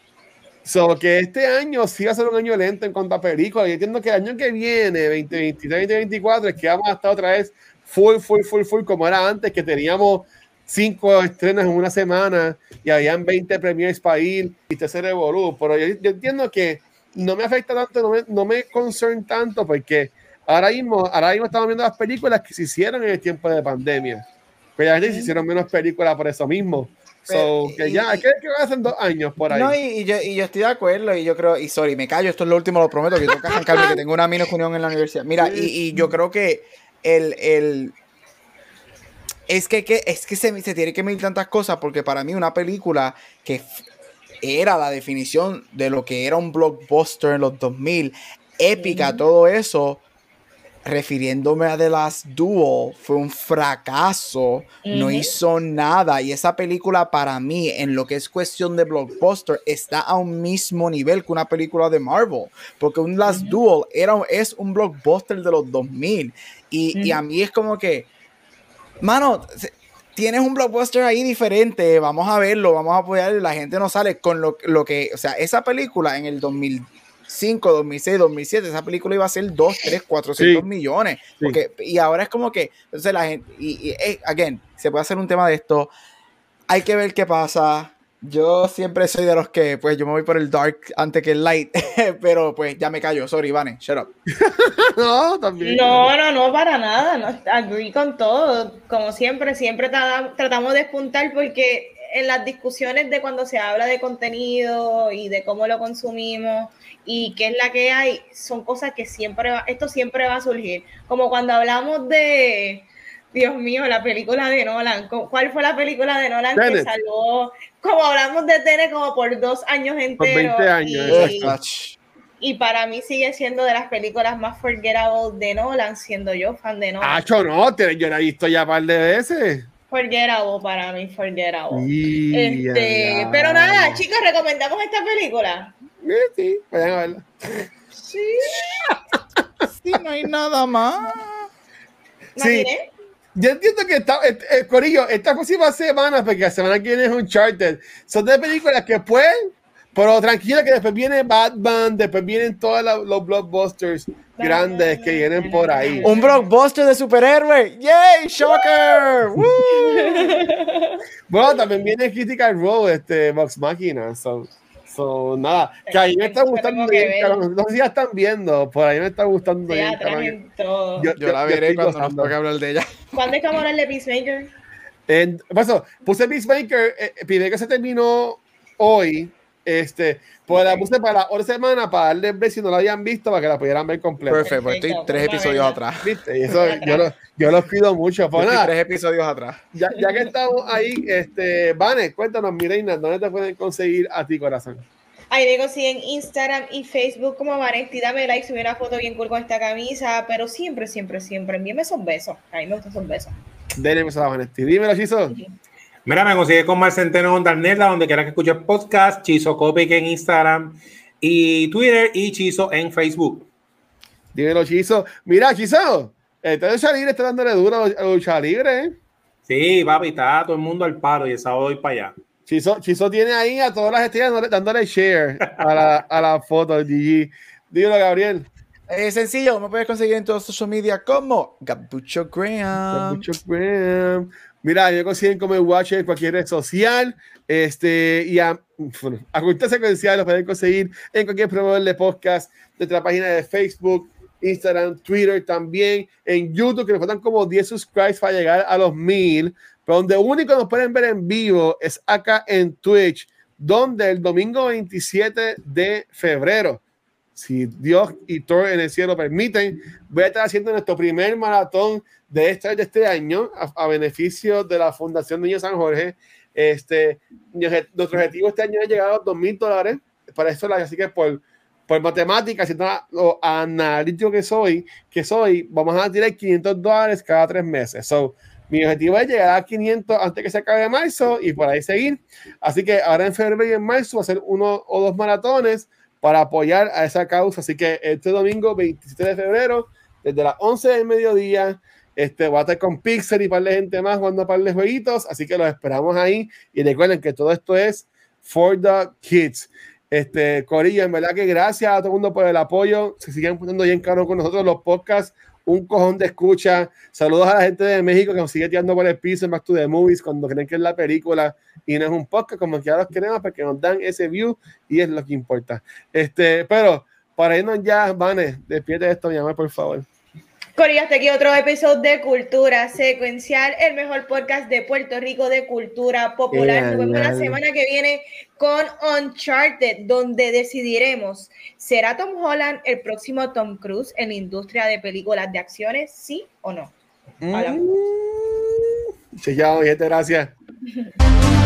Que este año sí va a ser un año lento en cuanto a películas. Yo entiendo que el año que viene, 2023, 2024, es que vamos a estar otra vez full, como era antes, que teníamos 5 estrenos en una semana y habían 20 premiers para ir y te se revolú. Pero yo entiendo que no me afecta tanto, no me concern tanto, porque ahora mismo estamos viendo las películas que se hicieron en el tiempo de pandemia. Pero ya se hicieron menos películas por eso mismo. Que ya, ¿qué va a hacer 2 años por ahí? No, y yo estoy de acuerdo, y yo creo, y sorry, me callo, esto es lo último, lo prometo, que tengo que arrancarme, que tengo una mini reunión en la universidad. Mira, y yo creo que es que se tiene que medir tantas cosas, porque para mí una película que era la definición de lo que era un blockbuster en los 2000, épica, todo eso, refiriéndome a The Last Duel, fue un fracaso, no hizo nada, y esa película para mí, en lo que es cuestión de blockbuster, está a un mismo nivel que una película de Marvel, porque un Last Duel es un blockbuster de los 2000, y a mí es como que, mano, tienes un blockbuster ahí diferente, vamos a verlo, vamos a apoyarlo, y la gente no sale con lo que, o sea, esa película en el 2005, 2006, 2007, esa película iba a ser 2, 3, 400 millones, porque, y ahora es como que, entonces la gente, again, se puede hacer un tema de esto, hay que ver qué pasa. Yo siempre soy de los que, pues, yo me voy por el dark antes que el light, pero pues ya me callo, sorry, Vane, shut up. No, también. No, para nada, no, agree con todo, como siempre tratamos de despuntar, porque en las discusiones de cuando se habla de contenido y de cómo lo consumimos y qué es la que hay, son cosas que esto siempre va a surgir, como cuando hablamos de Dios mío, la película de Nolan. ¿Cuál fue la película de Nolan Tenet. que salvó? Como hablamos de Tenet como por 2 años enteros. Por 20 años. Y para mí sigue siendo de las películas más forgettable de Nolan, siendo yo fan de Nolan. No, yo la he visto ya un par de veces. Forgettable para mí, forgettable. Pero nada, chicos, recomendamos esta película. Sí, vayan a verla. Sí. Sí, no hay nada más. Sí. Yo entiendo que Corillo, esta próxima semana, porque la semana que viene es Uncharted, son de películas que pueden, pero tranquila que después viene Batman, después vienen todos los blockbusters grandes que vienen por ahí. Un blockbuster de superhéroe. ¡Yay! ¡Shocker! ¡Woo! Bueno, también viene Critical Role, Vox Machina. Nada, que ahí me está gustando bien, no sé si ya están viendo, por ahí me está gustando bien. Yo la veré cuando nos toque hablar de ella. ¿Cuándo es que vamos a hablar de Peacemaker? Puse Peacemaker, pide que se terminó hoy, pues la puse para la otra semana para darle break si no la habían visto para que la pudieran ver completa. Perfecto, pues estoy 3 episodios atrás. ¿Viste? Y eso yo los pido mucho. Pues nada, 3 episodios atrás. Ya que estamos ahí, Vane, cuéntanos, mi reina, ¿dónde te pueden conseguir a ti, corazón? Ahí me consiguen Instagram y Facebook como Vanesti. Dame like, subí una foto bien cool con esta camisa, pero siempre envíame esos besos. A mí me gustan esos besos. Denle besos a Vanesti. Dímelo, Chizo. Mira, me consigue con Mar Centeno en Darneta, donde quiera que escuches podcast, Chizo Copic en Instagram y Twitter y Chizo en Facebook. Dímelo, Chizo. Mira, Chizo, esta lucha libre está dándole duro a lucha libre, ¿eh? Sí, papi, está todo el mundo al paro y el sábado voy para allá. Chizo tiene ahí a todas las estrellas dándole share a la foto de GG. Dímelo, Gabriel. Sencillo, me puedes conseguir en todos los social media como Gabucho Graham. Mira, me consiguen como el Watcher en cualquier red social. Y a Cultura Secuencial lo pueden conseguir en cualquier proveedor de podcast, de nuestra página de Facebook, Instagram, Twitter también, en YouTube, que nos faltan como 10 subscribes para llegar a los 1000. Pero donde único nos pueden ver en vivo es acá en Twitch, donde el domingo 27 de febrero, si Dios y Thor en el cielo permiten, voy a estar haciendo nuestro primer maratón de este año a beneficio de la Fundación Niño San Jorge. Nuestro objetivo este año es llegar a los $2,000 para eso, así que por matemáticas, siendo lo analítico que soy, vamos a tirar $500 cada 3 meses. Mi objetivo es llegar a 500 antes que se acabe marzo y por ahí seguir. Así que ahora en febrero y en marzo va a ser 1 o 2 maratones para apoyar a esa causa. Así que este domingo 27 de febrero, desde las 11 del mediodía, voy a estar con Pixel y un par de gente más jugando un par de jueguitos. Así que los esperamos ahí. Y recuerden que todo esto es for the kids. Corillo, en verdad que gracias a todo el mundo por el apoyo. Se siguen poniendo bien caros con nosotros los podcasts. Un cojón de escucha. Saludos a la gente de México que nos sigue tirando por el piso en Back to the Movies cuando creen que es la película y no es un podcast, como que ya los queremos porque nos dan ese view y es lo que importa. Pero para irnos ya, Vane, despídete esto, mi amor, por favor. Corillo, hasta aquí otro episodio de Cultura Secuencial, el mejor podcast de Puerto Rico de cultura popular. Nos vemos la semana que viene con Uncharted, donde decidiremos, ¿será Tom Holland el próximo Tom Cruise en la industria de películas de acciones? ¿Sí o no? Chao, gente, gracias.